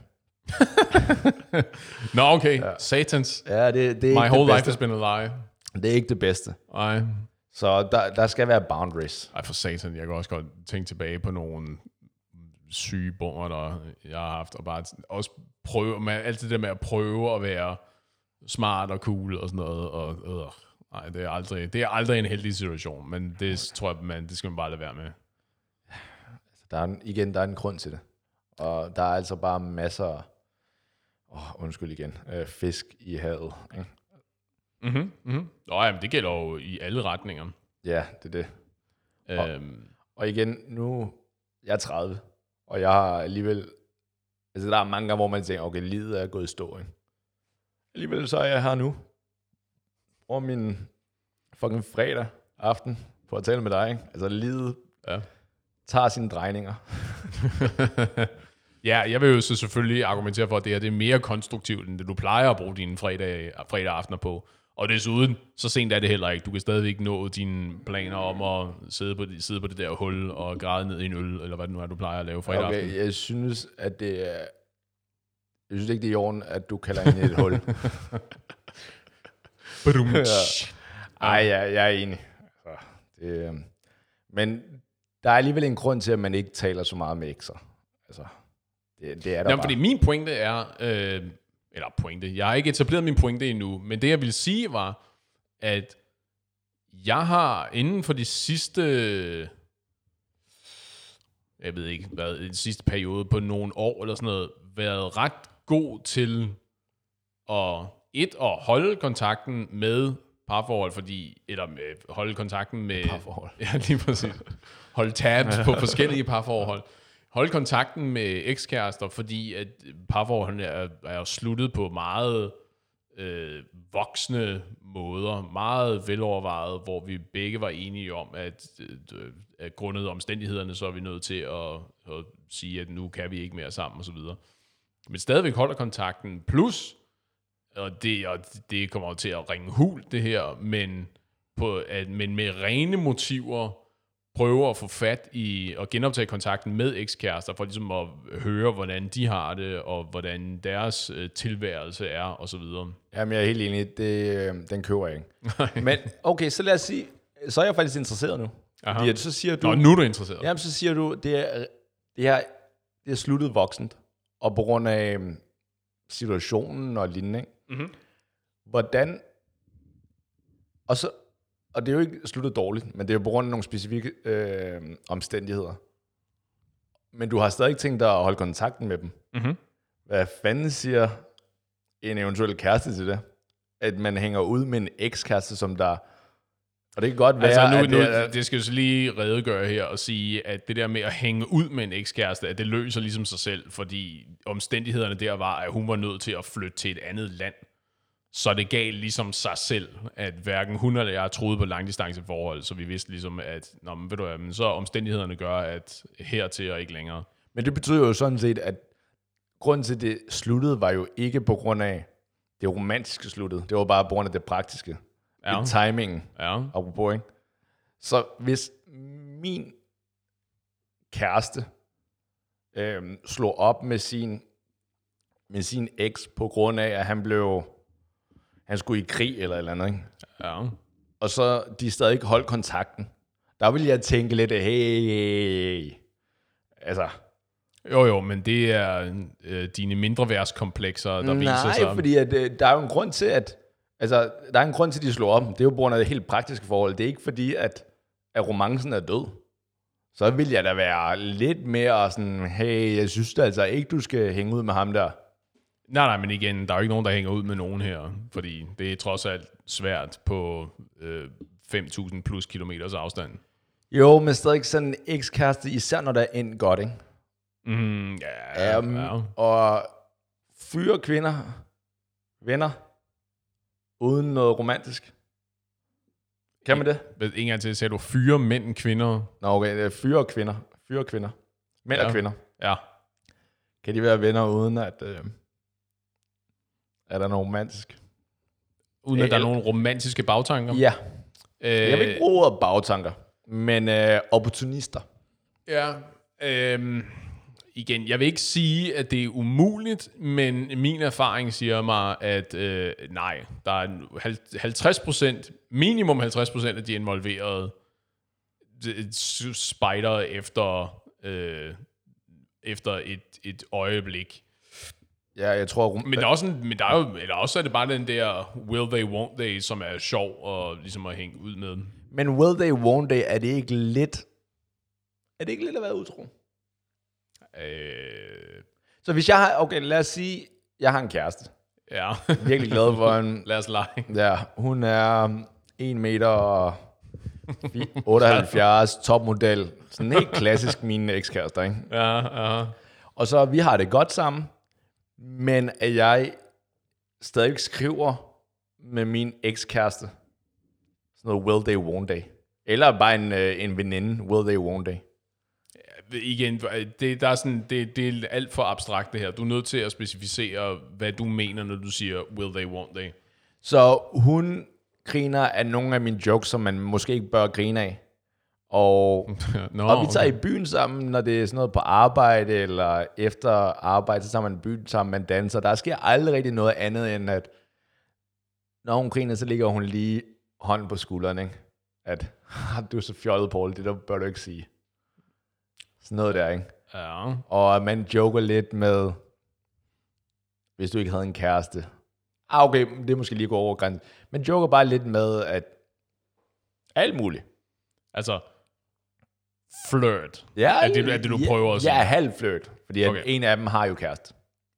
Nå, okay. Ja. Satans. Ja, det er My whole life has been a lie. Det er ikke det bedste. Nej. Så der skal være boundaries. Ej, for satan. Jeg kan også godt tænke tilbage på nogle syge bunger, der jeg har haft, og bare også prøve, med alt det der med at prøve at være smart og cool og sådan noget, og nej, det er aldrig en heldig situation, men det tror jeg, det skal man bare lade være med. Der er en grund til det, og der er altså bare masser fisk i havet, ikke? Nå, jamen, det gælder jo i alle retninger. Ja, det er det. Og igen, nu jeg er 30, og jeg har alligevel, altså der er mange gange, hvor man tænker, okay, livet er gået i stå, ikke? Alligevel så er jeg her nu, over min fucking fredag aften, for at tale med dig, ikke? Altså livet tager sine drejninger. Ja, jeg vil jo så selvfølgelig argumentere for, at det er mere konstruktivt, end det du plejer at bruge dine fredag aftener på. Og desuden, så sent er det heller ikke. Du kan stadigvæk nå dine planer om at sidde på det der hul og græde ned i en øl, eller hvad det nu er, du plejer at lave fredag aften. Okay, jeg synes, at det er... Jeg synes ikke, det er i orden, at du kalder hende et hul. Ej, jeg er enig. Men der er alligevel en grund til, at man ikke taler så meget med ekser. Altså, det er der bare. Fordi min pointe er... jeg har ikke etableret min pointe endnu, men det jeg vil sige var, at jeg har inden for de sidste, jeg ved ikke, hvad, den sidste periode på nogle år eller sådan noget, været ret god til at holde kontakten med parforhold, holde kontakten med parforhold. Ja, lige præcis. Holde tabs på forskellige parforhold. Holde kontakten med ekskærester, fordi at parforholdene er sluttet på meget voksne måder, meget velovervejet, hvor vi begge var enige om, at grundet omstændighederne, så er vi nødt til at sige, at nu kan vi ikke mere sammen osv. Men stadigvæk holder kontakten, plus, og det kommer til at ringe hul det her, men med rene motiver, prøver at få fat i og genoptage kontakten med ekskærester, for ligesom at høre, hvordan de har det, og hvordan deres tilværelse er, og så videre. Jamen, jeg er helt enig. Den køber jeg ikke. Men okay, så lad os sige, så er jeg faktisk interesseret nu. Fordi så siger du... Nå, nu er du interesseret. Jamen, så siger du, det er sluttet voksent, og på grund af situationen og lignende, ikke? Mm-hmm. Hvordan... Og det er jo ikke sluttet dårligt, men det er jo på grund af nogle specifikke omstændigheder. Men du har stadig tænkt dig at holde kontakten med dem. Mm-hmm. Hvad fanden siger en eventuel kæreste til det? At man hænger ud med en ekskæreste, som der... Og det kan godt være, altså det skal jo så lige redegøre her og sige, at det der med at hænge ud med en ekskæreste, at det løser ligesom sig selv, fordi omstændighederne der var, at hun var nødt til at flytte til et andet land. Så det gav ligesom sig selv, at hverken hun eller jeg troede på langdistanceforhold, så vi vidste ligesom, at så omstændighederne gør, at hertil og ikke længere. Men det betyder jo sådan set, at grunden til det sluttede, var jo ikke på grund af det romantiske sluttede. Det var bare på grund af det praktiske. Ja. Det timingen. Ja. Apropos, ikke? Så hvis min kæreste slog op med sin eks på grund af, at han skulle i krig eller et eller andet, ikke? Ja. Og så de stadig ikke holdt kontakten. Der ville jeg tænke lidt, hey. Altså. Jo, men det er dine mindreværdskomplekser, der viser sig. Nej, fordi at, der er jo en grund til, at de slår op. Det er jo på grund af det helt praktiske forhold. Det er ikke fordi, at romancen er død. Så vil jeg da være lidt mere sådan, hey, jeg synes da altså ikke, du skal hænge ud med ham der. Nej, men igen, der er jo ikke nogen, der hænger ud med nogen her, fordi det er trods alt svært på 5.000 plus kilometers afstand. Jo, men stadig sådan en ekskæreste, især når der er endt godt, ikke? Ja. Og fyre kvinder, venner, uden noget romantisk. Kan man det? En gang til, sagde du fyre mænd, kvinder? Nå, okay, fyre kvinder. Mænd og kvinder. Ja. Kan de være venner, uden at er der noget romantisk? Uden at der er nogle romantiske bagtanker? Ja. Jeg vil ikke bruge ordet bagtanker, men opportunister. Ja, igen, jeg vil ikke sige, at det er umuligt, men min erfaring siger mig, at nej, der er 50%, minimum 50% af de involverede spejder efter et øjeblik. Ja, jeg tror... Men der er også, der er jo, eller også er det bare den der will they, won't they, som er sjov og ligesom at hænge ud med. Men will they, won't they, er det ikke lidt at være utro? Så hvis jeg har... Okay, lad os sige, jeg har en kæreste. Ja. Virkelig glad for en... Lad os lege. Ja, hun er 1 meter og 78, topmodel. Sådan helt klassisk mine ekskærester, ikke? Ja. Og så vi har det godt sammen, men at jeg stadig skriver med min ekskæreste sådan noget will they, won't they. Eller bare en veninde, will they, won't they. Igen, det er alt for abstrakt det her. Du er nødt til at specificere, hvad du mener, når du siger will they, won't they. Så hun griner af nogle af mine jokes, som man måske ikke bør grine af. Og vi tager i byen sammen, når det er sådan noget på arbejde, eller efter arbejde, så tager man i byen sammen, man danser. Der sker aldrig rigtig noget andet, end at når hun griner, så ligger hun lige hånden på skulderen, ikke? At, du er så fjollet, Paul, det der bør du ikke sige. Sådan noget der, ikke? Ja. Og man joker lidt med, hvis du ikke havde en kæreste. Okay, det er måske lige gå over grænsen. Man joker bare lidt med, at alt muligt. Altså, flirt. Ja, er det du prøver at sige? Ja, halv flirt. Fordi okay. En af dem har jo kæreste.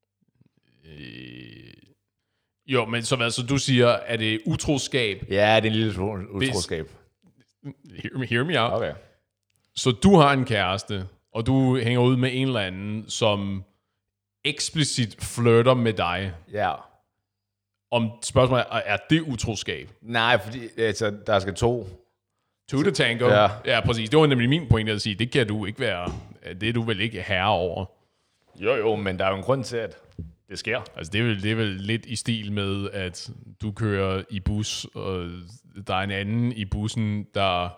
Jo, men så du siger, er det utroskab? Ja, det er en lille utroskab. Hear me out. Okay. Så du har en kæreste, og du hænger ud med en eller anden, som eksplicit flirter med dig. Ja. Om spørgsmålet er det utroskab? Nej, fordi altså, der skal to. To the tango. Ja, præcis. Det var nemlig min pointe at sige, det kan du ikke være, det er du vel ikke herre over. Jo, men der er jo en grund til, at det sker. Altså det er vel lidt i stil med, at du kører i bus, og der er en anden i bussen, der,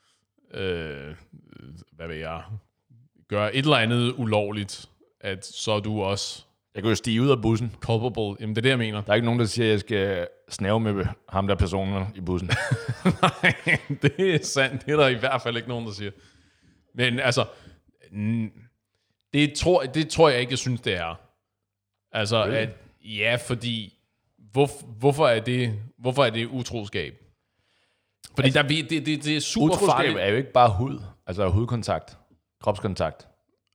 hvad ved jeg, gør et eller andet ulovligt, at så er du også... Jeg kan jo stige ud af bussen. Culpable. Jamen det er det, jeg mener. Der er ikke nogen, der siger, at jeg skal snæve med ham der personer i bussen. Nej, det er sandt. Det er der i hvert fald ikke nogen, der siger. Men altså, det tror jeg ikke, jeg synes, det er. Altså, at, ja, fordi, hvorfor er det utroskab? Fordi altså, det er super utroskab farligt. Utroskab er jo ikke bare hud, altså hudkontakt, kropskontakt.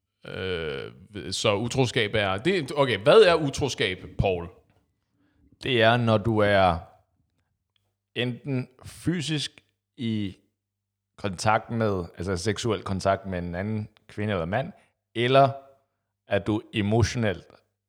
Så utroskab er... Okay, hvad er utroskab, Paul? Det er, når du er enten fysisk i kontakt med, altså seksuel kontakt med en anden kvinde eller mand, eller at du emotionelt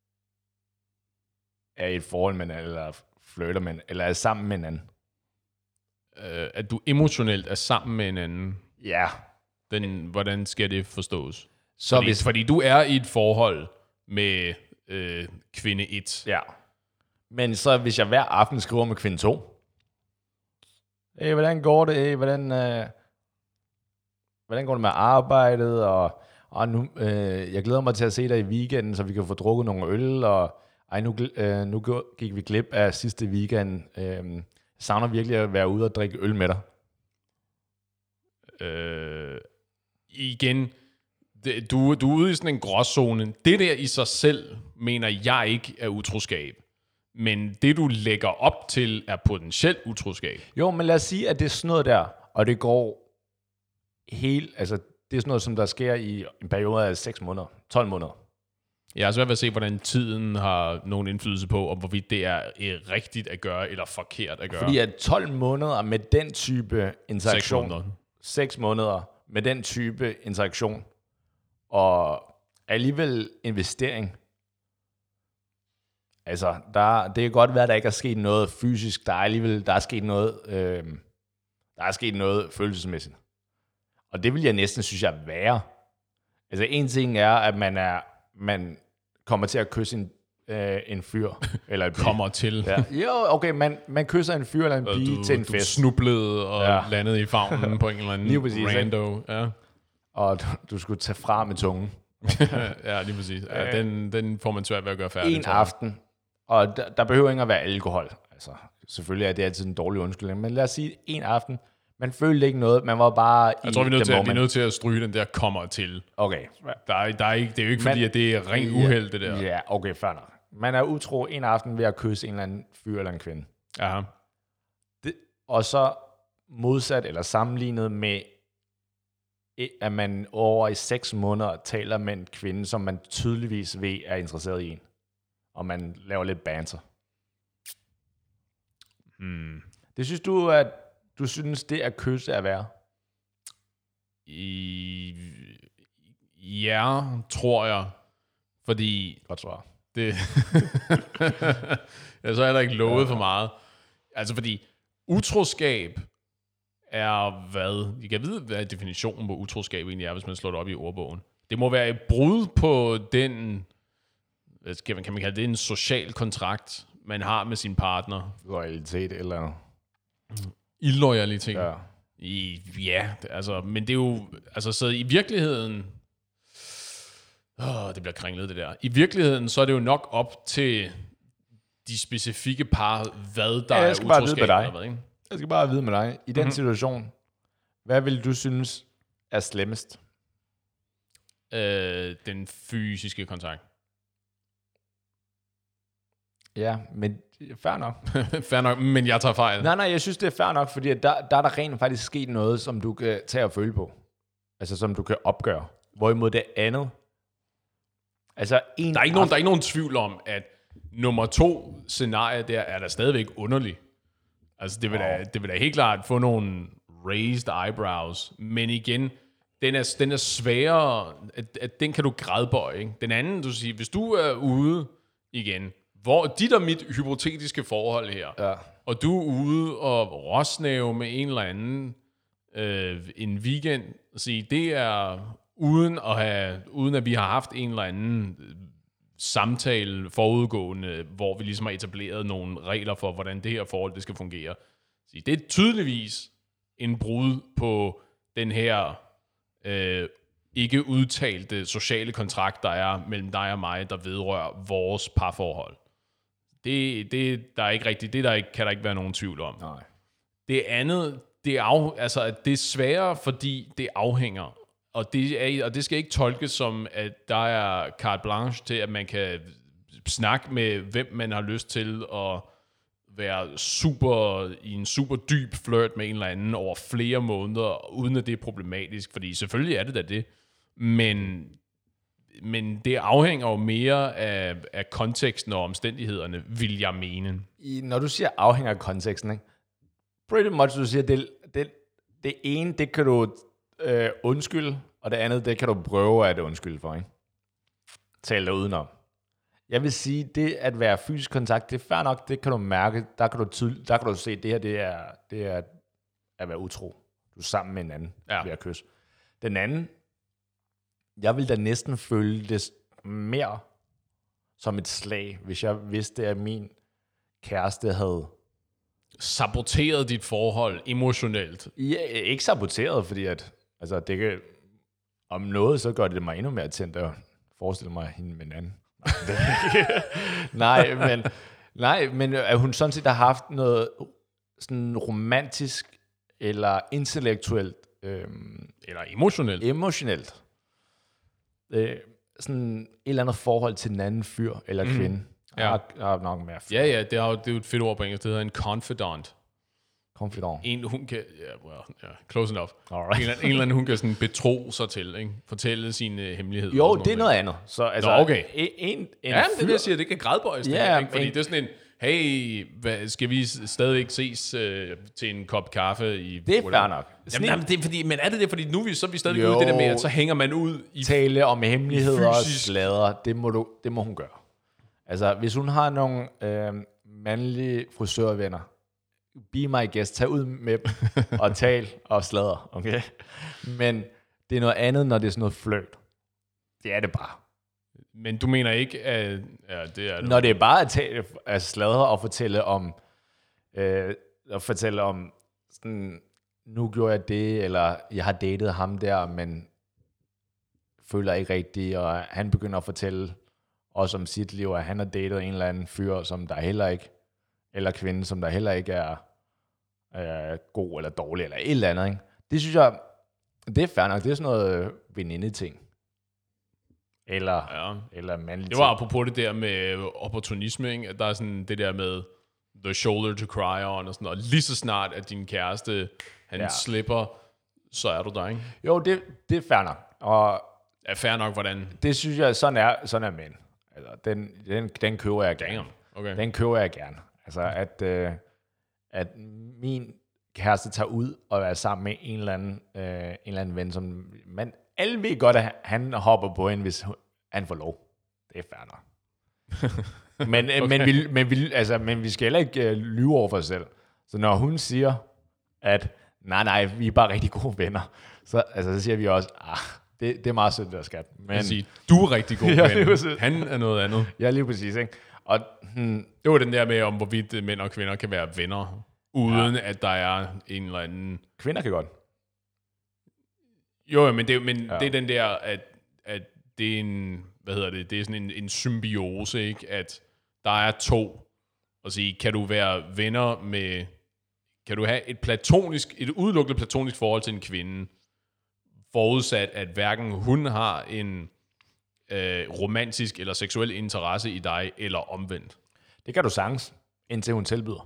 er i et forhold med en anden, eller flirter med en, eller er sammen med en anden. At du emotionelt er sammen med en anden? Ja. Hvordan skal det forstås? Fordi du er i et forhold med kvinde 1. Ja. Men så hvis jeg hver aften skriver med kvinde 2. Hey, hvordan går det? Hey, hvordan går det med arbejdet? Og nu, jeg glæder mig til at se dig i weekenden, så vi kan få drukket nogle øl. Og nu gik vi glip af sidste weekend. Jeg savner virkelig at være ude og drikke øl med dig. Igen... Du er ude i sådan en gråzone. Det der i sig selv, mener jeg ikke er utroskab. Men det, du lægger op til, er potentielt utroskab. Jo, men lad os sige, at det er sådan noget der, og det går helt... Altså, det er sådan noget, som der sker i en periode af 6 måneder, 12 måneder. Jeg er svært ved at se, hvordan tiden har nogen indflydelse på, om hvorvidt det er rigtigt at gøre, eller forkert at gøre. Fordi at 12 måneder med den type interaktion, 6 måneder. 6 måneder med den type interaktion, og alligevel investering. Altså, det kan godt være, at der ikke er sket noget fysisk, der er sket noget følelsesmæssigt. Og det vil jeg næsten synes jeg er værre. Altså, en ting er, at man kommer til at kysse en fyr, eller en pige. Kommer til. Ja. Jo, okay, man kysser en fyr eller en pige til en fest. Du snublede og landede i favnen på en eller anden lige præcis, rando. Ja. Og du skulle tage fra med tungen. Ja, lige præcis. Ja, den får man svært ved at gøre færdig. En aften, og der behøver ikke at være alkohol. Altså, selvfølgelig er det altid en dårlig undskyldning, men lad os sige en aften, man følte ikke noget, man var bare jeg tror, vi er nødt til at stryge den der kommer til. Okay. Der er ikke, det er jo ikke fordi, at det er rent uheld, det der. Ja, okay, fair nok. Man er utro en aften ved at kysse en eller anden fyr eller en kvinde. Aha. Og så modsat eller sammenlignet med, at man over i 6 måneder taler med en kvinde, som man tydeligvis ved er interesseret i en. Og man laver lidt banter. Det synes du, at du synes, det at kysse er værd? Ja, tror jeg. Fordi... Godt svar. Det jeg så er der ikke lovet for meget. Altså fordi utroskab er hvad? I kan vide, hvad definitionen på utroskab egentlig er, hvis man slår det op i ordbogen. Det må være et brud på den, kan man kalde det en social kontrakt, man har med sin partner. Loyalitet eller... Illoyalitet. Ja. Ja, altså, men det er jo... Altså, så i virkeligheden... det bliver kringlet, det der. I virkeligheden, så er det jo nok op til de specifikke par, hvad der er utroskab. Jeg skal bare vide med dig. I den situation, hvad vil du synes er slemmest? Den fysiske kontakt. Ja, men fair nok. Fair nok, men jeg tager fejl. Nej, jeg synes, det er fair nok, fordi der er der rent faktisk sket noget, som du kan tage og føle på. Altså, som du kan opgøre. Hvorimod det andet... Altså, der er ikke nogen tvivl om, at nummer 2 scenarie der er der stadigvæk underlig. Altså, det vil da helt klart få nogle raised eyebrows. Men igen, den er sværere, at den kan du gradbøje. Ikke? Den anden, du siger, hvis du er ude igen, hvor dit og mit hypotetiske forhold her, og du er ude og råsnæve med en eller anden en weekend, og sige, det er uden at vi har haft en eller anden samtale forudgående, hvor vi ligesom har etableret nogle regler for, hvordan det her forhold det skal fungere. Så det er tydeligvis en brud på den her ikke udtalte sociale kontrakt, der er mellem dig og mig, der vedrører vores parforhold. Det der er ikke rigtigt. Kan der ikke være nogen tvivl om. Nej. Det andet, det er sværere, fordi det afhænger. Og det skal ikke tolkes som, at der er carte blanche til, at man kan snakke med, hvem man har lyst til at være i en super dyb flirt med en eller anden over flere måneder, uden at det er problematisk. Fordi selvfølgelig er det da det. Men det afhænger jo mere af konteksten og omstændighederne, vil jeg mene. Når du siger afhænger af konteksten, ikke? Pretty much, du siger, det ene, det kan du undskylde, og det andet, det kan du prøve at undskylde for, ikke? Tal dig udenom. Jeg vil sige, det at være fysisk kontakt, det er fair nok, det kan du mærke, der kan du se, det her, det er at være utro. Du er sammen med en anden ved at kysse. Den anden, jeg vil da næsten føle det mere som et slag, hvis jeg vidste, at min kæreste havde saboteret dit forhold emotionelt. Ja, ikke saboteret, fordi at, altså, det kan, om noget, så gør det mig endnu mere tændt at forestille mig hende med en anden. Nej, men at hun sådan set har haft noget sådan romantisk eller intellektuelt eller emotionelt. Sådan et eller andet forhold til den anden fyr eller kvinde. Ja. Har nok mere fyr. Ja, det er jo et fedt ord på engelsk. Det hedder en confidant. Confidant. En, hun kan... close enough. Alright. En eller anden, hun kan sådan betro sig til, ikke? Fortælle sine hemmeligheder. Jo, og sådan det er noget andet. Så, altså, Nå, okay. En Ja, det vil jeg sige, det kan gradbøjes. Ja, ikke? Fordi det er sådan en, hey, skal vi stadigvæk ses til en kop kaffe i... Det er fair nok. Jamen, det er fordi, men er det fordi nu så er vi stadig ude i det der med, at så hænger man ud i... Tale om hemmeligheder og fysisk... sladder, det må hun gøre. Altså, hvis hun har nogle mandlige frisørvenner, be my guest, tag ud med dem og tal og sladder, okay? Men det er noget andet, når det er sådan noget fløjt. Det er det bare. Men du mener ikke, at... Ja, det er det. Når det er bare at sladre og fortælle om sådan, nu gjorde jeg det, eller jeg har datet ham der, men føler ikke rigtigt, og han begynder at fortælle også om sit liv, at han har datet en eller anden fyr, som der heller ikke, eller kvinde, som der heller ikke er god eller dårlig, eller et eller andet, ikke? Det synes jeg, det er fair nok, det er sådan noget veninde-ting. Eller mandlig Det var apropos det der med opportunisme, ikke? At der er sådan det der med the shoulder to cry on, og sådan, og lige så snart, at din kæreste, han slipper, så er du der, ikke? Jo, det er fair nok. Og er fair nok, hvordan? Det synes jeg, sådan er mænd. Altså, den køber jeg gerne. Okay. Den køber jeg gerne. Altså, at min kæreste tager ud og er sammen med en eller anden ven, som man alle ved godt, at han hopper på hende, hvis han får lov. Det er fair nok. Men vi skal heller ikke lyve over for os selv. Så når hun siger, at nej, vi er bare rigtig gode venner, så siger vi også, det er meget sødt, der skat. Men sige, du er rigtig god ven. Han er noget andet. Ja, lige præcis, ikke? Og det var den der med, om hvorvidt mænd og kvinder kan være venner, uden at der er en eller anden... Kvinder kan godt. Jo, men det er den der, at det er en, det er sådan en symbiose, ikke? At der er to, og sige, kan du være venner med, kan du have et udelukkende platonisk forhold til en kvinde, forudsat, at hverken hun har en romantisk eller seksuel interesse i dig, eller omvendt. Det kan du sagtens, indtil hun tilbyder.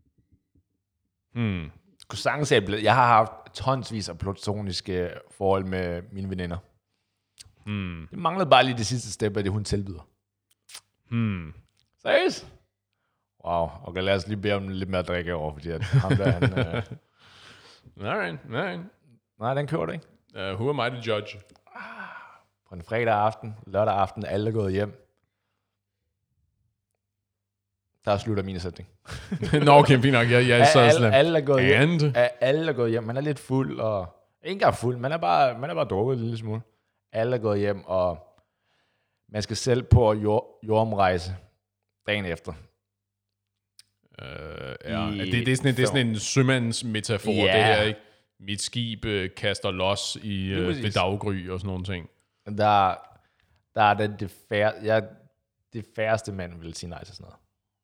Sagtens, jeg har haft tonsvis af platoniske forhold med mine veninder. Det manglede bare lige det sidste step af det, hun tilbyder. Seriøst? Wow, okay, lad os lige bede om lidt mere at drikke over, fordi at ham der, han... Nej, den kører det ikke. Who am I to judge? På en fredag aften, lørdag aften, alle er gået hjem. Der slutter min sætning. Nå, okay, fint nok. Alle er gået hjem. Man er lidt fuld, og... Ikke engang fuld, man er bare drukket en lille smule. Alle er gået hjem, og man skal selv på jordomrejse dagen efter. Det er sådan en sømandsmetafor, det her, ikke? Mit skib kaster los ved daggry og sådan nogle ting. Der er det færreste mand vil sige nej til sådan noget.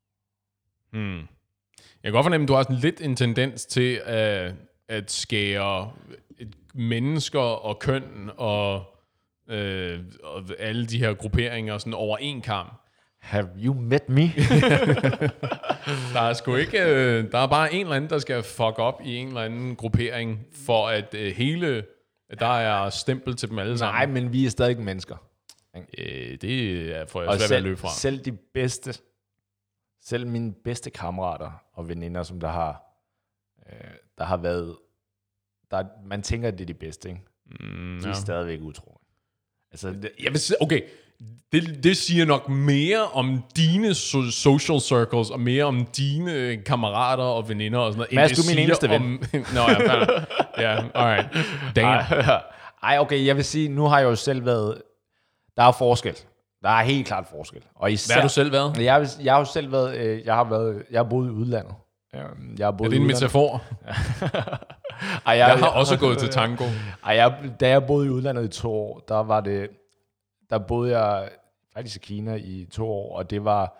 Jeg kan godt fornemme, at du har sådan lidt en tendens til at skære mennesker og køn og alle de her grupperinger sådan over en kam. Have you met me? Der er sgu ikke... der er bare en eller anden, der skal fuck op i en eller anden gruppering, for at der er stempel til dem alle sammen. Nej, men vi er stadig mennesker. Det får jeg svært ved at løbe fra. Selv de bedste, selv mine bedste kammerater og veninder, som der har været... man tænker, at det er de bedste, ikke? De er stadigvæk utro. Altså, jeg vil sige, okay... Det siger nok mere om dine social circles, og mere om dine kammerater og veninder og sådan noget. Mads, du er min eneste ven. Nå, ja, alright. Ej, okay, jeg vil sige, nu har jeg jo selv været... Der er forskel. Der er helt klart forskel. Og især, hvad har du selv været? Jeg har jo selv været... Jeg har boet i udlandet. Er det en metafor? Jeg har også gået til tango. Da jeg boede i udlandet i 2 år, der boede jeg faktisk i Kina i 2 år, og det var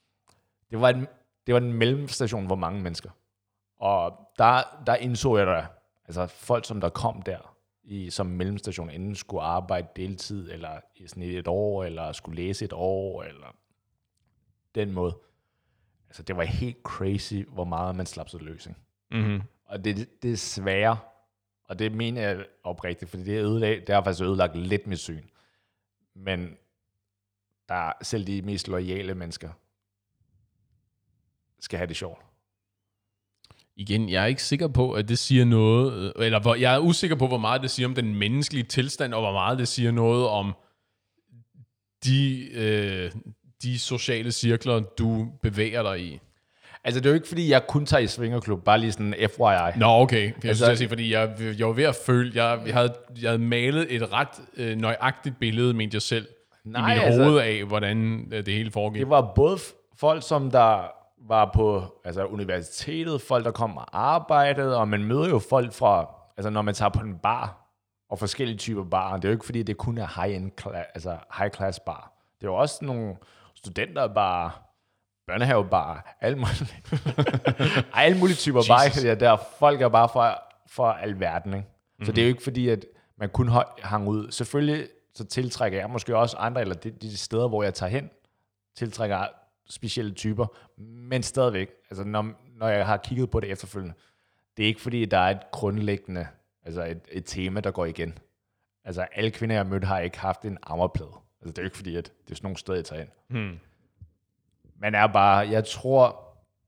en mellemstation for mange mennesker. Og der indså jeg da, altså folk, som der kom der som mellemstation, enten skulle arbejde deltid, eller i sådan 1 år, eller skulle læse 1 år, eller den måde. Altså det var helt crazy, hvor meget man slap sig løs, ikke? Mm-hmm. Og det er svære, og det mener jeg oprigtigt, fordi det har faktisk ødelagt lidt mit syn. Men der er selv de mest loyale mennesker, skal have det sjovt. Igen, jeg er ikke sikker på, at det siger noget, eller jeg er usikker på, hvor meget det siger om den menneskelige tilstand, og hvor meget det siger noget om de sociale cirkler, du bevæger dig i. Altså, det er jo ikke, fordi jeg kun tager i svingerklub, bare lige sådan FYI. Nå, okay. Jeg synes, sige, fordi jeg var ved at føle, jeg havde malet et ret nøjagtigt billede, mente jeg selv, i mit hoved af, hvordan det hele foregik. Det var både folk, som der var på universitetet, folk, der kom og arbejdede, og man møder jo folk fra, når man tager på en bar, og forskellige typer bar. Det er jo ikke, fordi det kun er high class bar. Det er jo også nogle studenterbar, børnehavebar, alle mulige typer bar, der folk er bare for alverden, ikke? Så det er jo ikke fordi, at man kun hang ud. Selvfølgelig så tiltrækker jeg måske også andre, eller de steder, hvor jeg tager hen, tiltrækker specielle typer, men stadigvæk, når jeg har kigget på det efterfølgende, det er ikke fordi, der er et grundlæggende, et tema, der går igen. Alle kvinder, jeg har mødt, har ikke haft en ammerplade. Det er jo ikke fordi, at det er sådan nogle steder, jeg tager hen. Man er bare, jeg tror,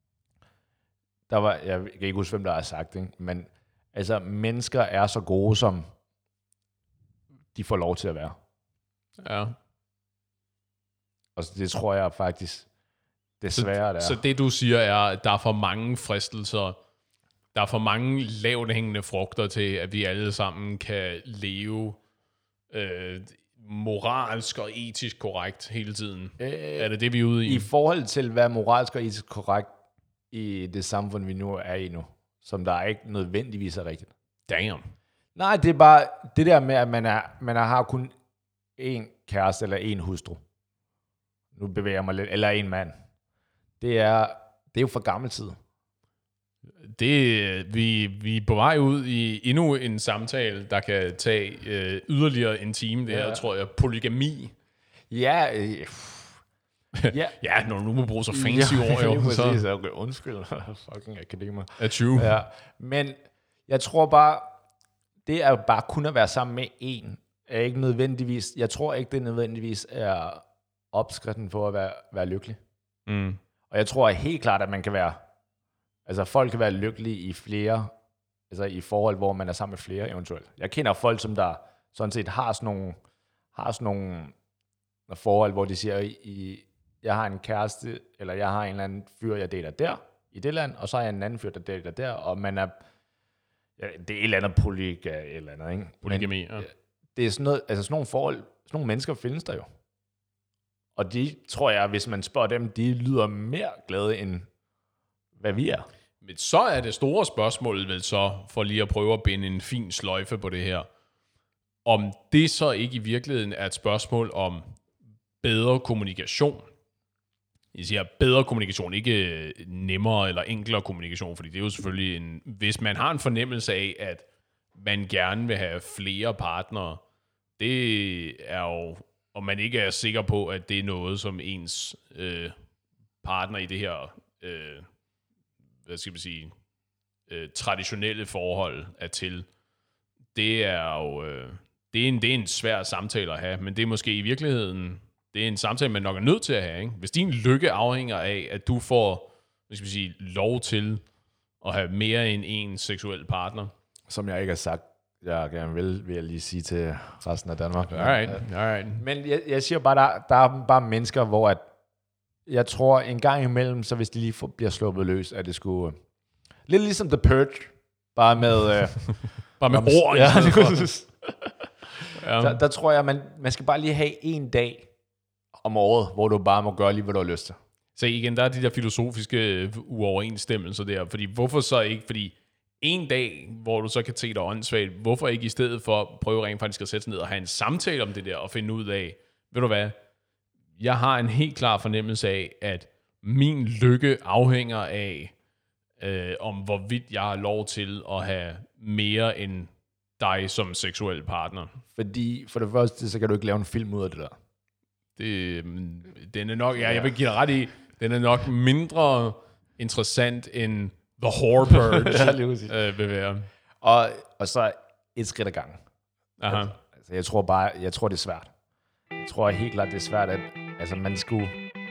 jeg kan ikke huske, hvem der har sagt det, men mennesker er så gode, som de får lov til at være. Ja. Og det tror jeg faktisk, desværre det er. Så det du siger er, at der er for mange fristelser, der er for mange lavt hængende frugter til, at vi alle sammen kan leve moralsk og etisk korrekt hele tiden. Er det vi er ude i? I forhold til, hvad moralsk og etisk korrekt i det samfund, vi nu er i nu, som der ikke nødvendigvis er rigtigt. Damn. Nej, det er bare det der med, at man har kun én kæreste eller én hustru. Nu bevæger jeg mig lidt. Eller én mand. Det er jo for gammel tid. Vi er på vej ud i endnu en samtale, der kan tage yderligere en time. Det her, tror jeg, polygami. Ja. Ja, når du nu må bruge så fancy ord. Jo, præcis. Okay, undskyld. Fucking akademer. True. Ja. Men jeg tror bare, det er bare kun at være sammen med en, er ikke nødvendigvis, jeg tror ikke, det nødvendigvis er opskriften på at være lykkelig. Mm. Og jeg tror helt klart, at man kan være, folk kan være lykkelige i flere, i forhold, hvor man er sammen med flere eventuelt. Jeg kender folk, som der sådan set har sådan nogle forhold, hvor de siger, jeg har en kæreste, eller jeg har en eller anden fyr, jeg dater der, i det land, og så har jeg en anden fyr, der dater der, og man er, det er et eller andet eller andet, ikke? Polygami, ja. Det er sådan noget, sådan nogle forhold, sådan nogle mennesker findes der jo. Og de, tror jeg, hvis man spørger dem, de lyder mere glade, end hvad vi er. Men så er det store spørgsmål vel så, for lige at prøve at binde en fin sløjfe på det her, om det så ikke i virkeligheden er et spørgsmål om bedre kommunikation. Jeg siger bedre kommunikation, ikke nemmere eller enklere kommunikation, fordi det er jo selvfølgelig hvis man har en fornemmelse af, at man gerne vil have flere partnere, det er jo, og man ikke er sikker på, at det er noget, som ens partner i det her, hvad skal man sige, traditionelle forhold er til. Det er jo, det er en svær samtale at have, men det er måske i virkeligheden, det er en samtale, man nok er nødt til at have, ikke? Hvis din lykke afhænger af, at du får, hvad skal man sige, lov til at have mere end en seksuel partner. Som jeg ikke har sagt, jeg gerne vil jeg lige sige til resten af Danmark. Alright. Men jeg siger bare, der er bare mennesker, hvor at, jeg tror en gang imellem, så hvis de lige bliver sluppet løs, at det skulle lidt ligesom The Purge, bare med bare med ord. Ja. Der tror jeg, man skal bare lige have en dag om året, hvor du bare må gøre lige, hvad du har lyst til. Så igen, der er de der filosofiske uoverensstemmelser der, fordi hvorfor så ikke, fordi en dag, hvor du så kan se dig åndssvagt, hvorfor ikke i stedet for prøve rent faktisk at sætte sig ned og have en samtale om det der, og finde ud af, ved du hvad, jeg har en helt klar fornemmelse af, at min lykke afhænger af, om hvorvidt jeg har lov til at have mere end dig som seksuel partner. Fordi for det første, så kan du ikke lave en film ud af det der. Den er nok, jeg vil give dig ret i, den er nok mindre interessant end The Whore Purge Ja, lige præcis. vil være. Og så et skridt ad gangen. Aha. Altså, jeg tror, det er svært. Jeg tror helt klart, det er svært, at altså, man skulle...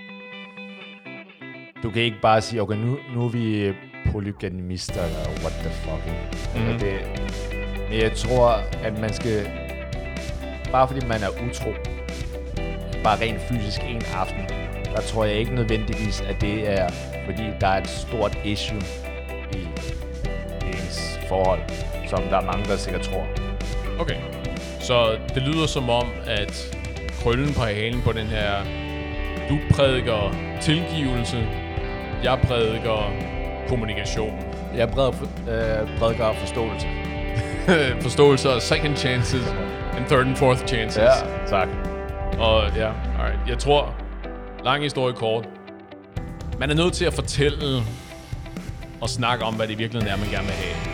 Du kan ikke bare sige, okay, nu er vi polygamister, eller what the fuck. Altså, men jeg tror, at man skal... Bare fordi man er utro, bare rent fysisk en aften, der tror jeg ikke nødvendigvis, at det er, fordi der er et stort issue i ens forhold, som der er mange, der sikkert tror. Okay. Så det lyder som om, at krøllen på halen på den her, du prædiker tilgivelse, jeg prædiker kommunikation. Jeg prædiker forståelse. Forståelse og second chances, and third and fourth chances. Ja, tak. Og ja, alright. Jeg tror, lang historie kort, man er nødt til at fortælle og snakke om, hvad det i virkeligheden er, man gerne vil have.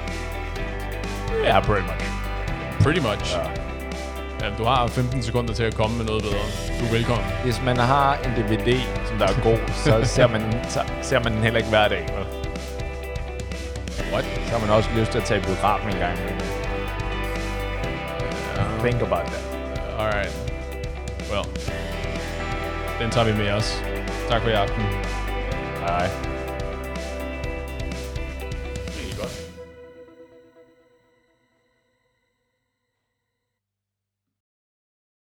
Ja, pretty much. Pretty much. Ja. Ja, du har 15 sekunder til at komme med noget bedre. Du er velkommen. Hvis man har en DVD, som der er god, så ser man den heller ikke hver dag. Vel? What? Så har man også lyst til at tage i biografen en gang. Think about that. Alright. Well. Den tager vi med os. Tak for i aften. Hej. Det er godt.